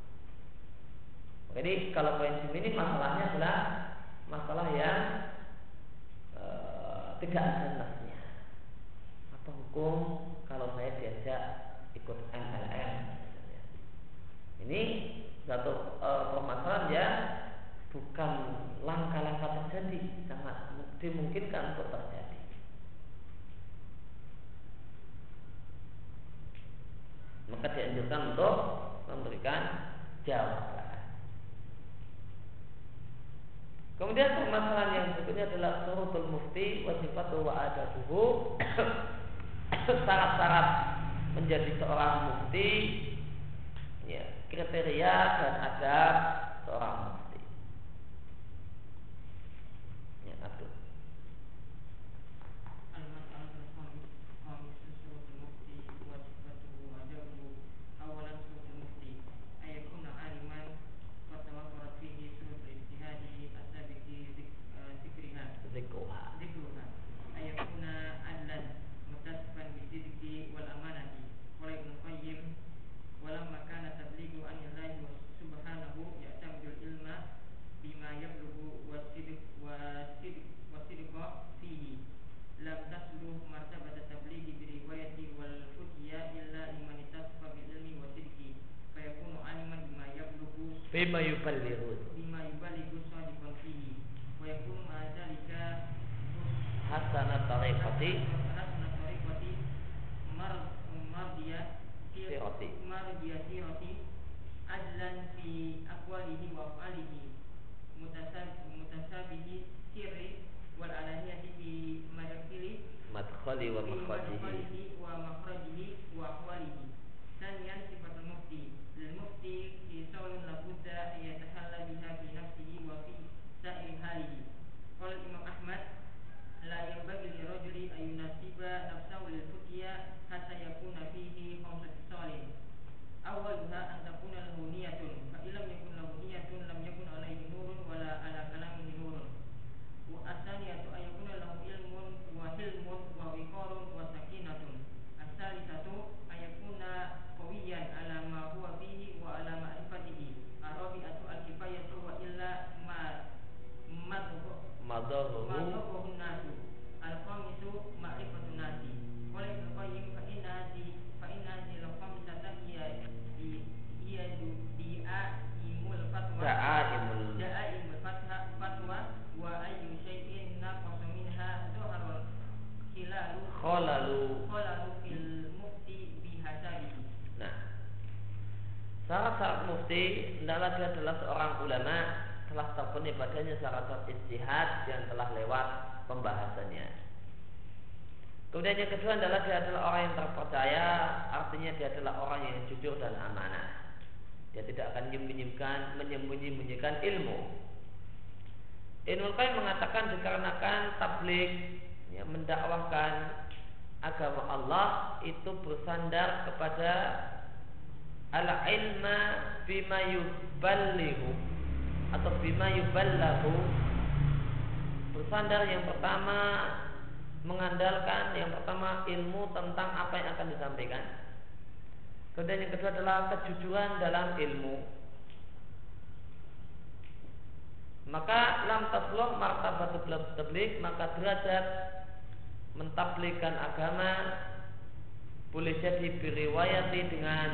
Jadi kalau poin ini masalahnya adalah masalah yang tidak ada nasnya. Apa hukum kalau saya diajak ikut MLM? Ini satu permasalahan yang bukan langka-langka terjadi, sangat dimungkinkan untuk terjadi. Maka dianjurkan untuk memberikan jawaban. Kemudian permasalahan yang berikutnya adalah syurutul mufti wa sifatu wa adabuhu. Syarat-syarat menjadi seorang mufti, ya, kriteria dan adab seorang mufti. Ya, atur. Bima yuballighu shadiqan fihi wa yakunu ma dzalika hasanat tariqati mardiyati adlan fi aqwalihi wa af'alihi mutasabihi sirri wal alaniyati fi madkhali wa makhrajihi wa ahwalihi. Thaniyan sifatul mufti. Lil mufti khisalun labudda yatahalla biha fi nafsihi wa fi sa'ir halihi. Qala Imam Ahmad, la yanbaghi li rajuli an yunasiba nafsahu lil futya hatta yakuna fihi khamsatu khisalin. Awwaluha an takuna lahu niyatun, fa illam yakun lahu niyatun lam yakun alaihi nurun wala ala kalamihi nurun. Wa asaniyatu an yakuna lahu ilmun wa hilmun wa wiqarun wa sakinatun. As-salisatu an yakuna qawiyan ala ma huwa fihi wa ala ma'rifatihi. Ar-rabi'atu al-kifayatu wa illa madharuhu nasu. Al-khamisu ma'rifatun nasi. Qala Ibnu Qayyim fa inna hadhihi al-khamisata hiya da'aimul fatwa wa ayyu shay'in naqasa minha dhaharul khalalu fil mufti bihasabihi. Nah, syarat-syarat mufti hendaklah dia adalah seorang ulama, telah terpenuhi padanya syarat-syarat ijtihad yang telah lewat pembahasannya. Kemudian yang kedua adalah dia adalah orang yang terpercaya, artinya dia adalah orang yang jujur dan amanah. Dia tidak akan menyembunyikan ilmu. Ibnu Qayyim mengatakan dikarenakan tabligh, ya, mendakwahkan agama Allah itu bersandar kepada al-ilma bima yuballighu atau bima yuballahu. Bersandar yang pertama mengandalkan yang pertama ilmu tentang apa yang akan disampaikan. Kemudian yang kedua adalah kejujuran dalam ilmu. Maka lam tasluh martabatul tabligh, maka derajat mentabligkan agama boleh jadi beriwayati dengan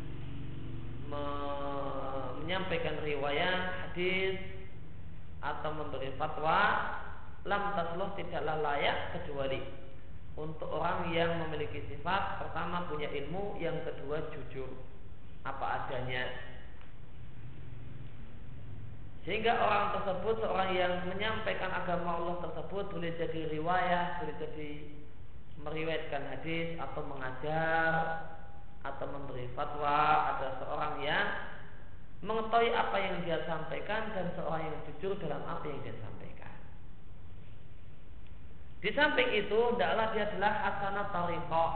menyampaikan riwayat hadis atau memberi fatwa. Lam tasluh tidaklah layak kecuali untuk orang yang memiliki sifat pertama punya ilmu, yang kedua jujur apa adanya. Sehingga orang tersebut, seorang yang menyampaikan agama Allah tersebut boleh jadi riwayah, boleh jadi meriwayatkan hadis atau mengajar atau memberi fatwa. Ada seorang yang mengetahui apa yang dia sampaikan dan seorang yang jujur dalam apa yang dia sampaikan. Di samping itu, hendaklah dia adalah hasanah tariqah,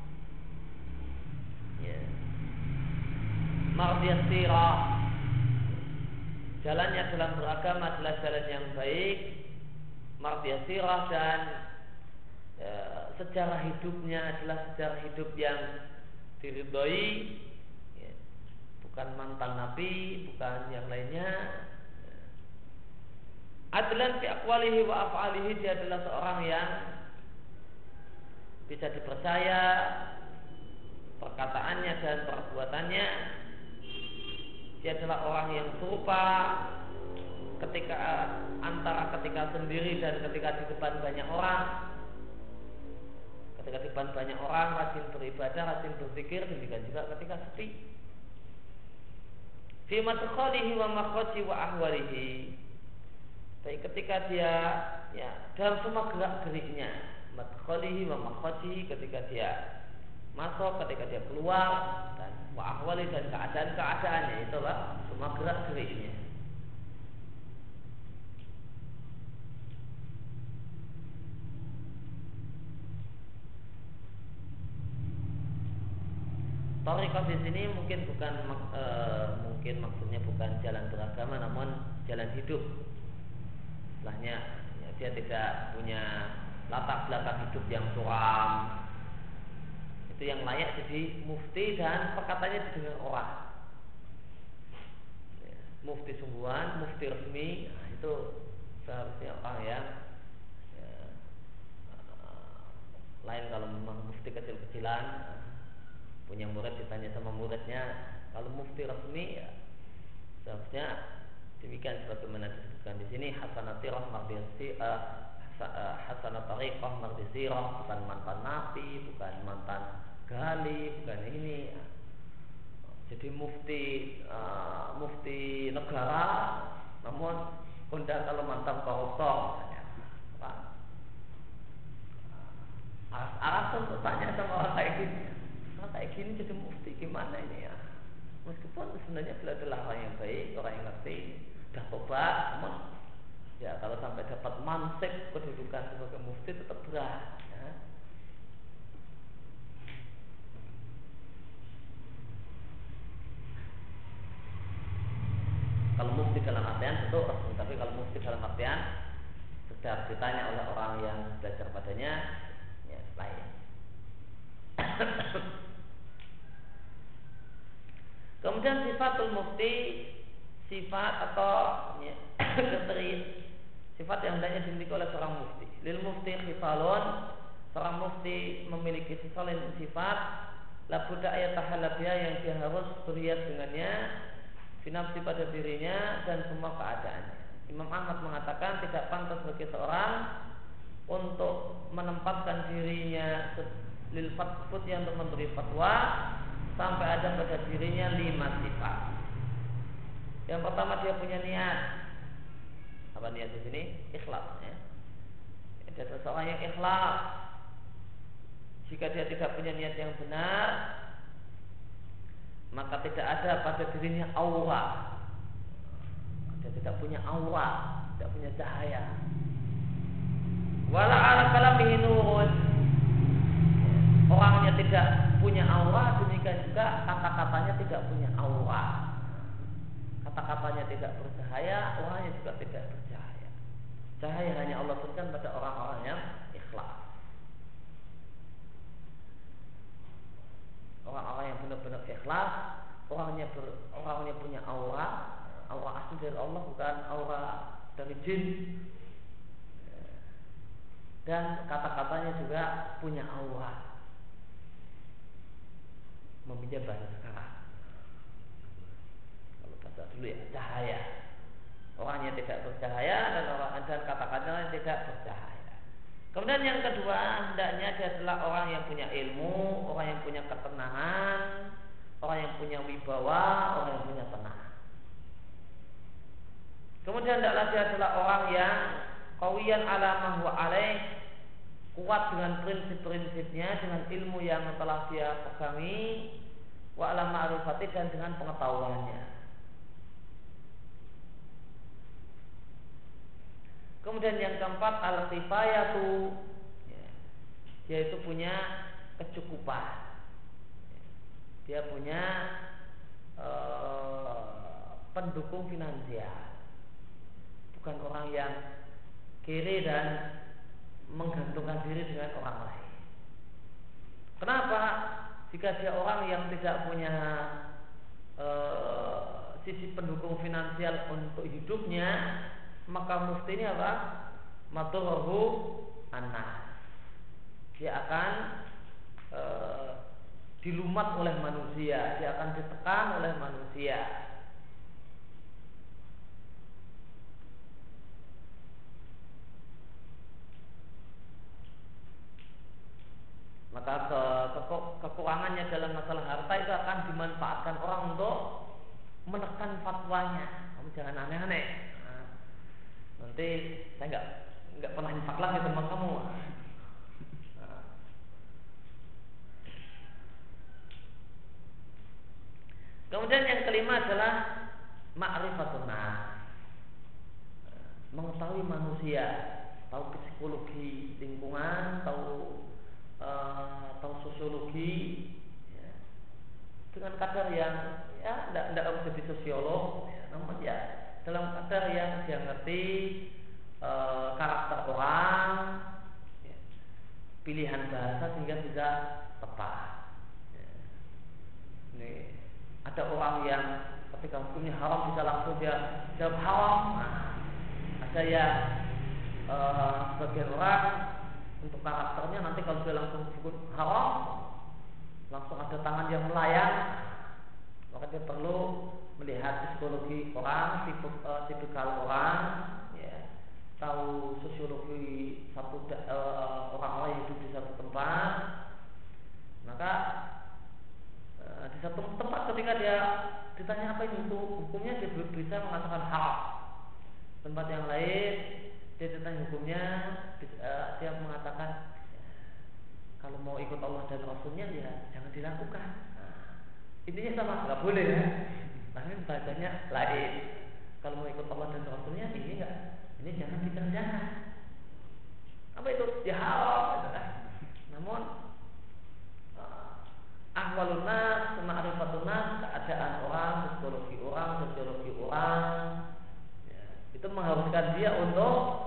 mardiyah sirah. Jalannya dalam beragama adalah jalan yang baik, mardiyah sirah, dan sejarah hidupnya adalah sejarah hidup yang diridhoi, bukan mantan nabi, bukan yang lainnya. Adlan fi aqwalihi wa af'alihi, dia adalah seorang yang bisa dipercaya perkataannya dan perbuatannya. Dia adalah orang yang serupa antara ketika sendiri dan ketika di depan banyak orang. Ketika di depan banyak orang rajin beribadah, rajin berzikir, demikian juga ketika sepi. Fi madkhalihi wa makhraji wa ahwalihi, baik ketika dia dalam semua gerak-geriknya, madkhalihi wa makhraji, ketika dia masuk, ketika dia keluar, dan wa ahwali, dan keadaan-keadaannya, itulah semua gerak-geriknya. Thariqah di sini mungkin mungkin maksudnya bukan jalan beragama, namun jalan hidup. Istilahnya dia tidak punya latar belakang hidup yang suram. Itu yang layak jadi mufti dan perkataannya didengar orang. Mufti sungguhan, mufti resmi, itu seharusnya orang yang lain. Kalau memang mufti kecil-kecilan, punya murid ditanya sama muridnya. Kalau mufti resmi, seharusnya demikian sebagaimana disebutkan di sini, hasanatirah hasanat tariqah mardisirah, bukan mantan nabi, bukan mantan gali, bukan ini. Jadi mufti negara, namun kalau mantan koruptor, aras untuk tanya sama orang kayak gini. Orang kayak gini jadi mufti gimana ini ya? Meskipun sebenarnya beliau adalah orang yang baik, orang yang ngerti, sudah tobat, namun ya kalau sampai dapat mansib kedudukan sebagai mufti tetap berat. Ya. Kalau mufti dalam artian itu resmi, tapi kalau mufti dalam artian sedang ditanya oleh orang yang belajar padanya, ya lain. Kemudian sifatul mufti, sifat atau sifat yang hendaknya dimiliki oleh seorang mufti. Lil mufti khisalun, seorang mufti memiliki sifat la budda ayatahallabia, yang dia harus berhias dengannya, finafsi pada dirinya dan semua keadaannya. Imam Ahmad mengatakan tidak pantas bagi seorang untuk menempatkan dirinya lil fatwa, yang untuk memberi fatwa sampai ada pada dirinya 5 sifat. Yang pertama, dia punya niat. Apa niat di sini? Ikhlas. Ya. Dia seorang yang ikhlas. Jika dia tidak punya niat yang benar, maka tidak ada pada dirinya aura. Dia tidak punya aura, tidak punya cahaya. Wala ala kalamihi nurun, orangnya tidak punya aura, demikian juga kata-katanya tidak punya aura. Kata-katanya tidak bercahaya, orangnya juga tidak bercahaya. Cahaya hanya Allah berikan pada orang-orang yang ikhlas. Orang-orang yang benar-benar ikhlas, orangnya punya aura asli dari Allah, bukan aura dari jin. Dan kata-katanya juga punya aura. Meminjam bahasa sekarang. Kalau bahasa dulu ya cahaya. Orangnya tidak bercahaya dan kata-katanya tidak bercahaya. Kemudian yang kedua, hendaknya dia adalah orang yang punya ilmu, orang yang punya ketenangan, orang yang punya wibawa, orang yang punya tenang. Kemudian hendaklah dia adalah orang yang qawiyan ala ma huwa alaih, kuat dengan prinsip-prinsipnya, dengan ilmu yang telah dia pegangi, wa ala ma'rifati, dan dengan pengetahuannya. Kemudian yang keempat, al-kifayatu, yaitu punya kecukupan. Dia punya pendukung finansial. Bukan orang yang kiri dan menggantungkan diri dengan orang lain. Kenapa? Jika dia orang yang tidak punya sisi pendukung finansial untuk hidupnya, maka mestinya apa? Maturahu anas. Dia akan dilumat oleh manusia, dia akan ditekan oleh manusia. Maka kekurangannya dalam masalah harta itu akan dimanfaatkan orang untuk menekan fatwanya. Kamu jangan aneh-aneh. Nanti saya nggak pernah infak lagi sama kamu. Kemudian yang kelima adalah ma'rifatun nas, mengetahui manusia, tahu psikologi lingkungan, tahu sosiologi, ya, dengan kadar yang ya tidak harus jadi sosiolog, ya, namun ya dalam kadar yang dia ngerti karakter orang, ya, pilihan bahasa sehingga bisa tepat. Ya. Ini ada orang yang ketika hukumnya haram bisa langsung dia jawab haram. Nah, ada yang sebagian orang untuk karakternya nanti kalau dia langsung sebut haram, langsung ada tangan yang melayang, maka dia perlu melihat psikologi orang, tipikal orang, ya, tahu sosiologi orang-orang yang hidup di satu tempat. Maka di satu tempat ketika dia ditanya apa itu hukumnya, dia bisa mengatakan haram. Tempat yang lain dia ditanya hukumnya, dia mengatakan kalau mau ikut Allah dan Rasulnya ya jangan dilakukan. Intinya sama, nggak boleh ya. Tapi bahasanya lain. Kalau mau ikut Allah dan Rasulnya ini enggak, ini jangan dikerjakan. Apa itu? Ya haram. Namun ahwalun nas, ma'rifatun nas, keadaan orang, psikologi orang, sosiologi orang, ya, itu mengharuskan dia untuk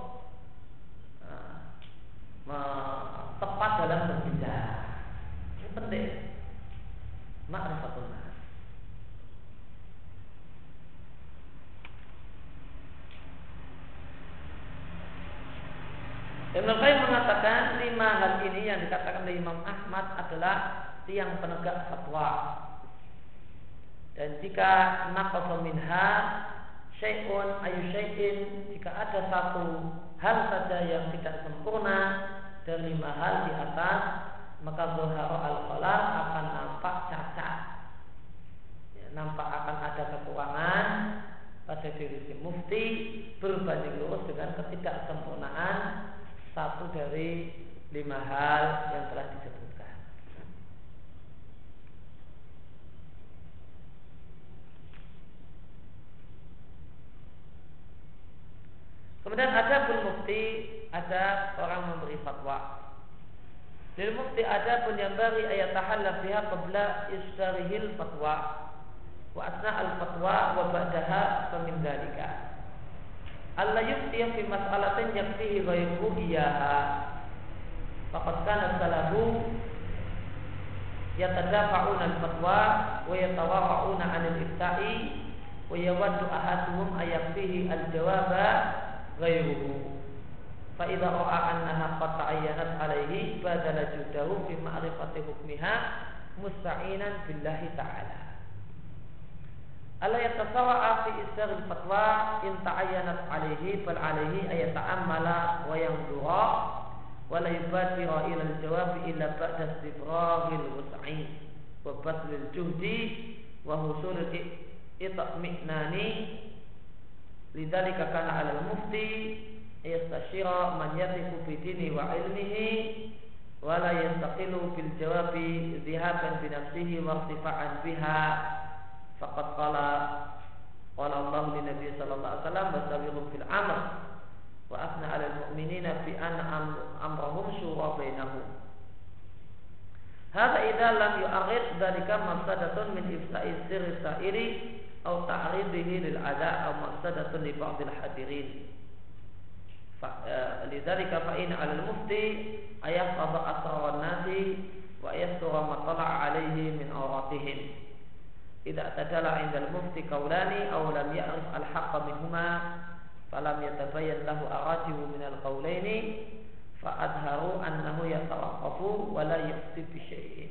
tepat dalam berbicara. Ini penting. Ma'rifatun nas. Ibnu Qayyim mengatakan 5 hal ini yang dikatakan oleh Imam Ahmad adalah tiang penegak fatwa. Dan jika naqasa minha syai'un ayu syai'in, jika ada satu hal saja yang tidak sempurna dari 5 hal di atas, maka zuharu al-khalal akan nampak cacat, ya, nampak akan ada kekurangan pada diri si mufti berbanding lurus dengan ketidaksempurnaan satu dari 5 hal yang telah disebutkan. Kemudian ada pun mufti, ada orang memberi fatwa. Lil mufti ada pun yang bari ayat tahalla biha qabla isdarihil fatwa wa asna al fatwa wa ba'daha famin dzalika alla yufti fi mas'alatin yakfihi ghayruhu iyaha faqad kana salafu yatadafa'una al fatwa wa yatawara'una 'anil ifta'i wa yawaddu ahaduhum ayakfihi al jawaba ghayruhu fa idza ra'a annaha qad ta'ayyanat alaihi badala judahu fi ma'rifati hukmiha musta'inan billahi ta'ala alla yatasawa'a fi isdaril fatwa in ta'ayyanat alaihi bal alaihi ayata'ammala wa yanzura wa la yubadira ila al-jawabi illa ba'da istibraril wus'i wa baslil juhdi wa husulil itminani lidzalika kana 'alal mufti yastashira man yathiqu fi dini wa ilmihi wa la yastaqilu bil jawabi dhihaban bi nafsihi wa irtifa'an biha faqad qala Allah li nabi sallallahu alaihi wasallam wasawirum fil amr wa afna 'alal mu'minina bi anna amrahum shura bainahum hadza idza lam yu'arid dzalika mafsadatun min ifsa'i sirri sa'iri aw ta'ridihi lil 'ada' aw mafsadatun li ba'dil hadirin lidzalika fa in 'alal mufti ayahfadha asrar nasi wa yastura ma tala'a 'alaihi min awratihim idza tadala 'inda al-mufti qawlani aw lam ya'rif al-haqqa minhuma falam yatabayyan lahu arajihu min al-qawlaini fa adharu annahu yatawaqqafu wa la yufti bi syai'in.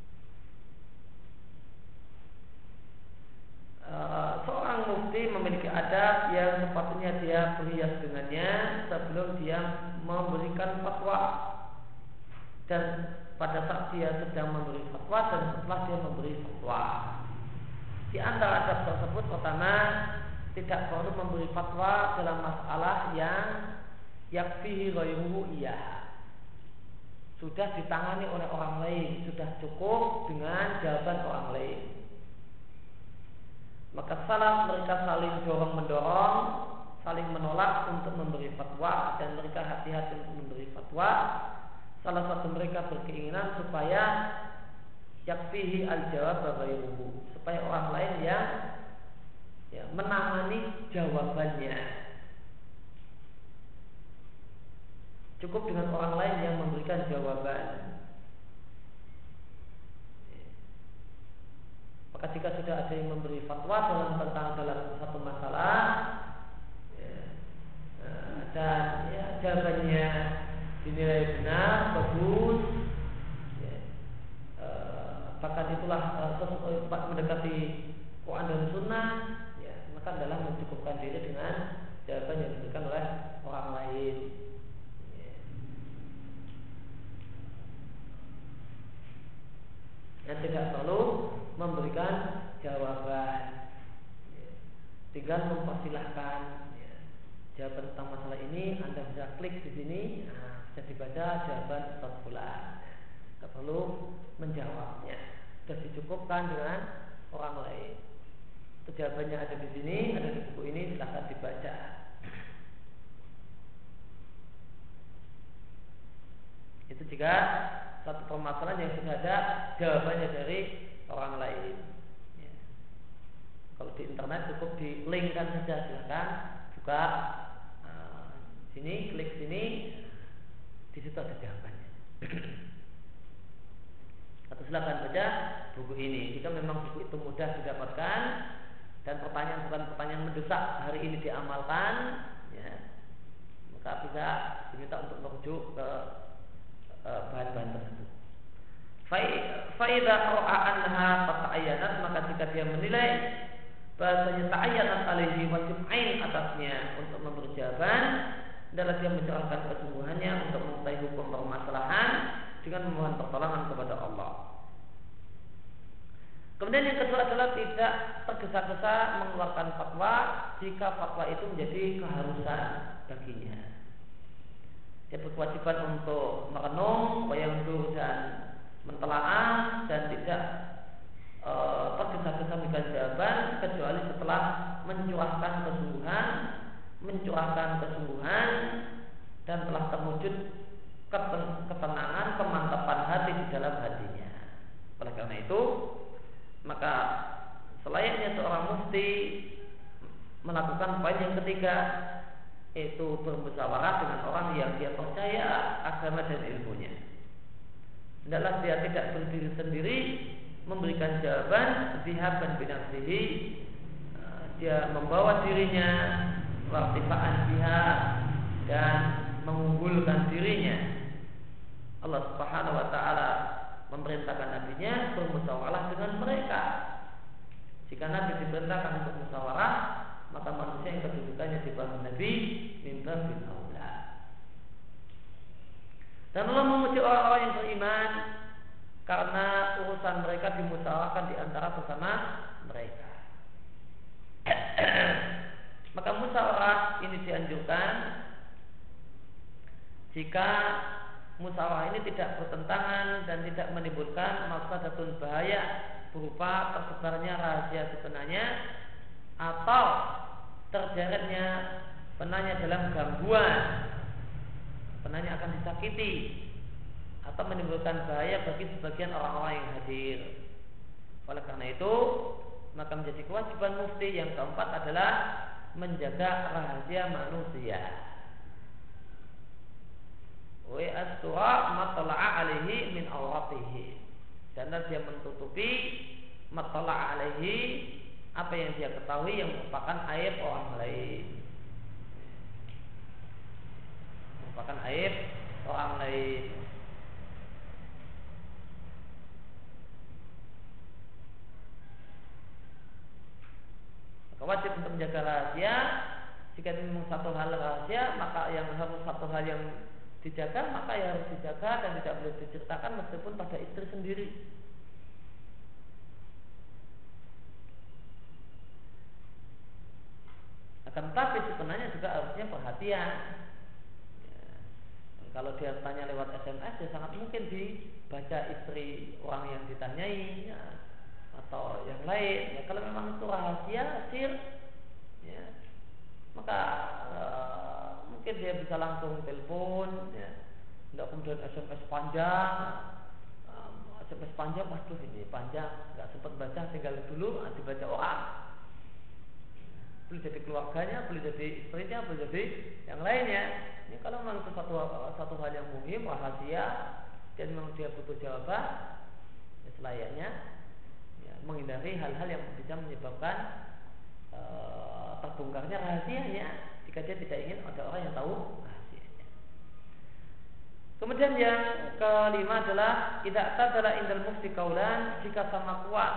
Seorang mufti memiliki adab yang sepatutnya dia berhias dengannya sebelum dia memberikan fatwa dan pada saat dia sedang memberi fatwa dan setelah dia memberi fatwa. Di antara adab tersebut pertama, tidak perlu memberi fatwa dalam masalah yang yakfihi ghayruhu iyah. Sudah ditangani oleh orang lain, sudah cukup dengan jawaban orang lain. Maka salaf mereka saling dorong mendorong, saling menolak untuk memberi fatwa dan mereka hati-hati untuk memberi fatwa. Salah satu mereka berkeinginan supaya yakfihi al-jawab ghayruhu, supaya orang lain yang menangani jawabannya. Cukup dengan orang lain yang memberikan jawaban. Maka jika sudah ada yang memberi fatwa dalam satu masalah dan jawabannya dinilai benar, bagus, bahkan itulah mendekati Quran dan Sunnah, maka adalah mencukupkan diri dengan jawaban yang diberikan oleh orang lain. Dan tidak perlu memberikan jawaban, tinggal mempersilahkan jawaban tentang masalah ini. Anda bisa klik di sini, bisa dibaca jawaban Ustaz Fulan. Tidak perlu menjawabnya, sudah dicukupkan dengan orang lain. Jawabannya ada di sini, ada di buku ini, silahkan dibaca. Itu jika satu permasalahan yang sudah ada jawabannya dari orang lain. Kalau di internet cukup di linkkan saja, silahkan buka sini, klik sini, di situ ada jawabannya. Atau silahkan baca buku ini. Jika memang buku itu mudah didapatkan dan pertanyaan bukan pertanyaan mendesak hari ini diamalkan, maka bisa diminta untuk merujuk ke bahan-bahan tersebut. Faida ro'a anha ta'ayyanat, maka jika dia menilai bahasanya ta'ayyanat alaihi wajib ain atasnya untuk memberi jawaban, adalah dia mencerahkan kesungguhannya untuk mengetahui hukum permasalahan dengan memohon pertolongan kepada Allah. Kemudian yang kedua adalah tidak tergesa-gesa mengeluarkan fatwa jika fatwa itu menjadi keharusan baginya. Dia berkewajiban untuk merenung, wayandur dan mentelaah dan tidak tergesa-gesa memberikan jawaban kecuali setelah mencurahkan kesungguhan dan telah terwujud ketenangan, kemantapan hati di dalam hatinya. Oleh karena itu, maka selayaknya seorang mufti melakukan poin yang ketiga, yaitu bermusyawarah dengan orang yang dia percaya agama dan ilmunya. Hendaklah dia tidak berdiri sendiri memberikan jawaban zihaban binafsihi, dia membawa dirinya wartifaan pihak dan mengunggulkan dirinya. Allah Subhanahu wa taala memerintahkan nabinya bermusyawarah dengan mereka. Jika Nabi diperintahkan untuk musyawarah, maka manusia yang kedudukannya di bawah Nabi mimba bin aula. Dan Allah memuji orang-orang yang beriman karena urusan mereka dimusyawarahkan di antara sesama mereka. Maka musyawarah ini dianjurkan jika musyawarah ini tidak bertentangan dan tidak menimbulkan mafsadatun bahaya berupa tersebarnya rahasia sebenarnya atau terjeratnya penanya dalam gangguan, penanya akan disakiti atau menimbulkan bahaya bagi sebagian orang-orang yang hadir. Oleh karena itu, maka menjadi kewajiban mufti yang keempat adalah menjaga rahasia manusia. Wa astura matla'a alaihi min awratihi. Dan dia menutupi matla'a alaihi, apa yang dia ketahui yang merupakan aib orang lain. Merupakan aib orang lain. Maka wajib untuk menjaga rahasia. Jika memang satu hal rahasia, maka yang harus satu hal yang dijaga, maka yang harus dijaga dan tidak boleh diceritakan meskipun pada istri sendiri. Akan tetapi sebenarnya juga harusnya perhatian. Ya, kalau dia tanya lewat SMS, ya sangat mungkin dibaca istri orang yang ditanyai, ya, atau yang lain. Ya, kalau memang itu rahasia, sir, ya, maka mungkin dia bisa langsung telepon, ya, tidak kemudian SMS panjang. SMS panjang, waduh ini panjang, nggak sempat baca, tinggal dulu dibaca orang. Boleh jadi keluarganya, boleh jadi istrinya, boleh jadi yang lainnya. Ini kalau memang itu satu hal yang muhim, rahasia, dan memang dia butuh jawaban, ya selayaknya ya, menghindari hal-hal yang bisa menyebabkan terbongkarnya rahasianya jika dia tidak ingin ada orang yang tahu rahasianya. Kemudian yang kelima adalah idza tadala indal mufti qaulan, jika sama kuat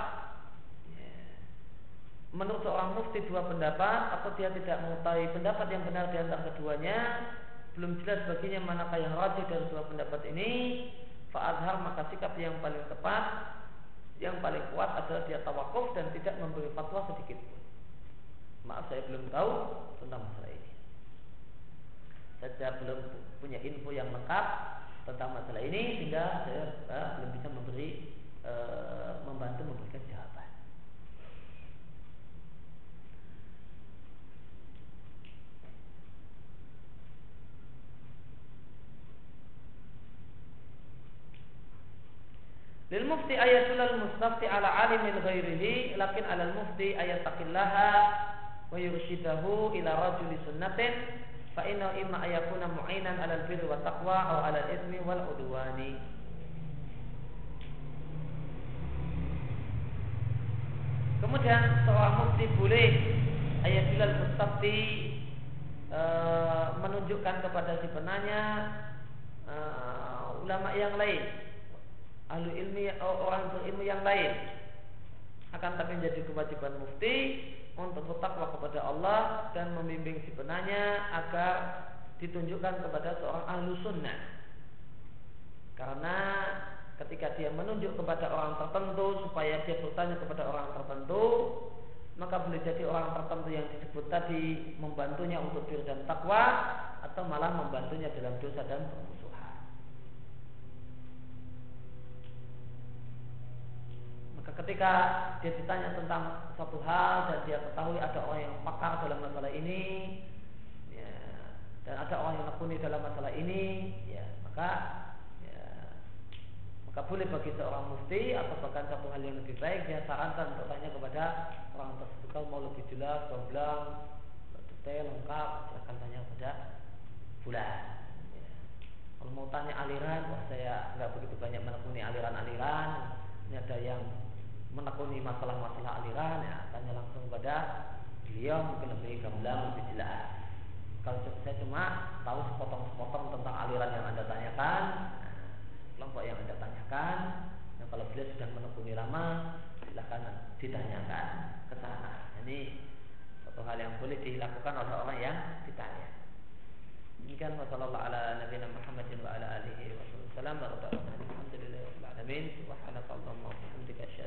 menurut seorang mufti dua pendapat atau dia tidak mengetahui pendapat yang benar di antara keduanya, belum jelas baginya manakah yang rajih dari dua pendapat ini, fa'adhar, maka sikap yang paling tepat, yang paling kuat adalah dia tawakuf dan tidak memberi fatwa sedikit pun. Maaf, saya belum tahu tentang masalah ini. Saya belum punya info yang lengkap tentang masalah ini sehingga saya belum bisa membantu memberikan jawaban. Lil mufti ayatul mustafti ala alimil ghairihi, lakin alal mufti ayataqillaha wa yurshidahu ila rajuli sunnatin, fa inna imma ayakuna mu'inan alal birri wa taqwa aw alal ismi wal udwani. Kemudian seorang mufti boleh ayatul mustafti menunjukkan kepada si penanya ulama yang lain, ahli ilmi, orang berilmu yang lain. Akan tapi menjadi kewajiban mufti untuk bertakwa kepada Allah dan membimbing si penanya agar ditunjukkan kepada seorang ahlu sunnah. Karena ketika dia menunjuk kepada orang tertentu supaya dia bertanya kepada orang tertentu, maka boleh jadi orang tertentu yang disebut tadi membantunya untuk bir dan takwa, atau malah membantunya dalam dosa dan permusuhan. Maka ketika dia ditanya tentang suatu hal dan dia ketahui ada orang yang pakar dalam masalah ini, ya, dan ada orang yang tekuni dalam masalah ini, ya, maka ya, Maka boleh bagi seorang mufti atau bahkan satu hal yang lebih baik, dia sarankan untuk tanya kepada orang tersebut. Kalau mau lebih jelas, gamblang, detail, lengkap, silakan tanya kepada fulan. Ya. Kalau mau tanya aliran, wah saya nggak begitu banyak menekuni aliran-aliran. Ini ada yang menekuni masalah-masalah aliran, ya tanya langsung kepada beliau, mungkin lebih gamblang, lebih jelas. Kalau saya cuma tahu sepotong-sepotong tentang aliran yang Anda tanyakan, kelompok yang Anda tanyakan, nah kalau beliau sudah menekuni lama, silakan ditanyakan ke sana. Ini satu hal yang boleh dilakukan oleh orang yang ditanya. Demikian wasallallahu ala nabiyina Muhammadin wa ala alihi wasallam. Alhamdulillahirabbil alamin. Subhanakallahumma wa bihamdika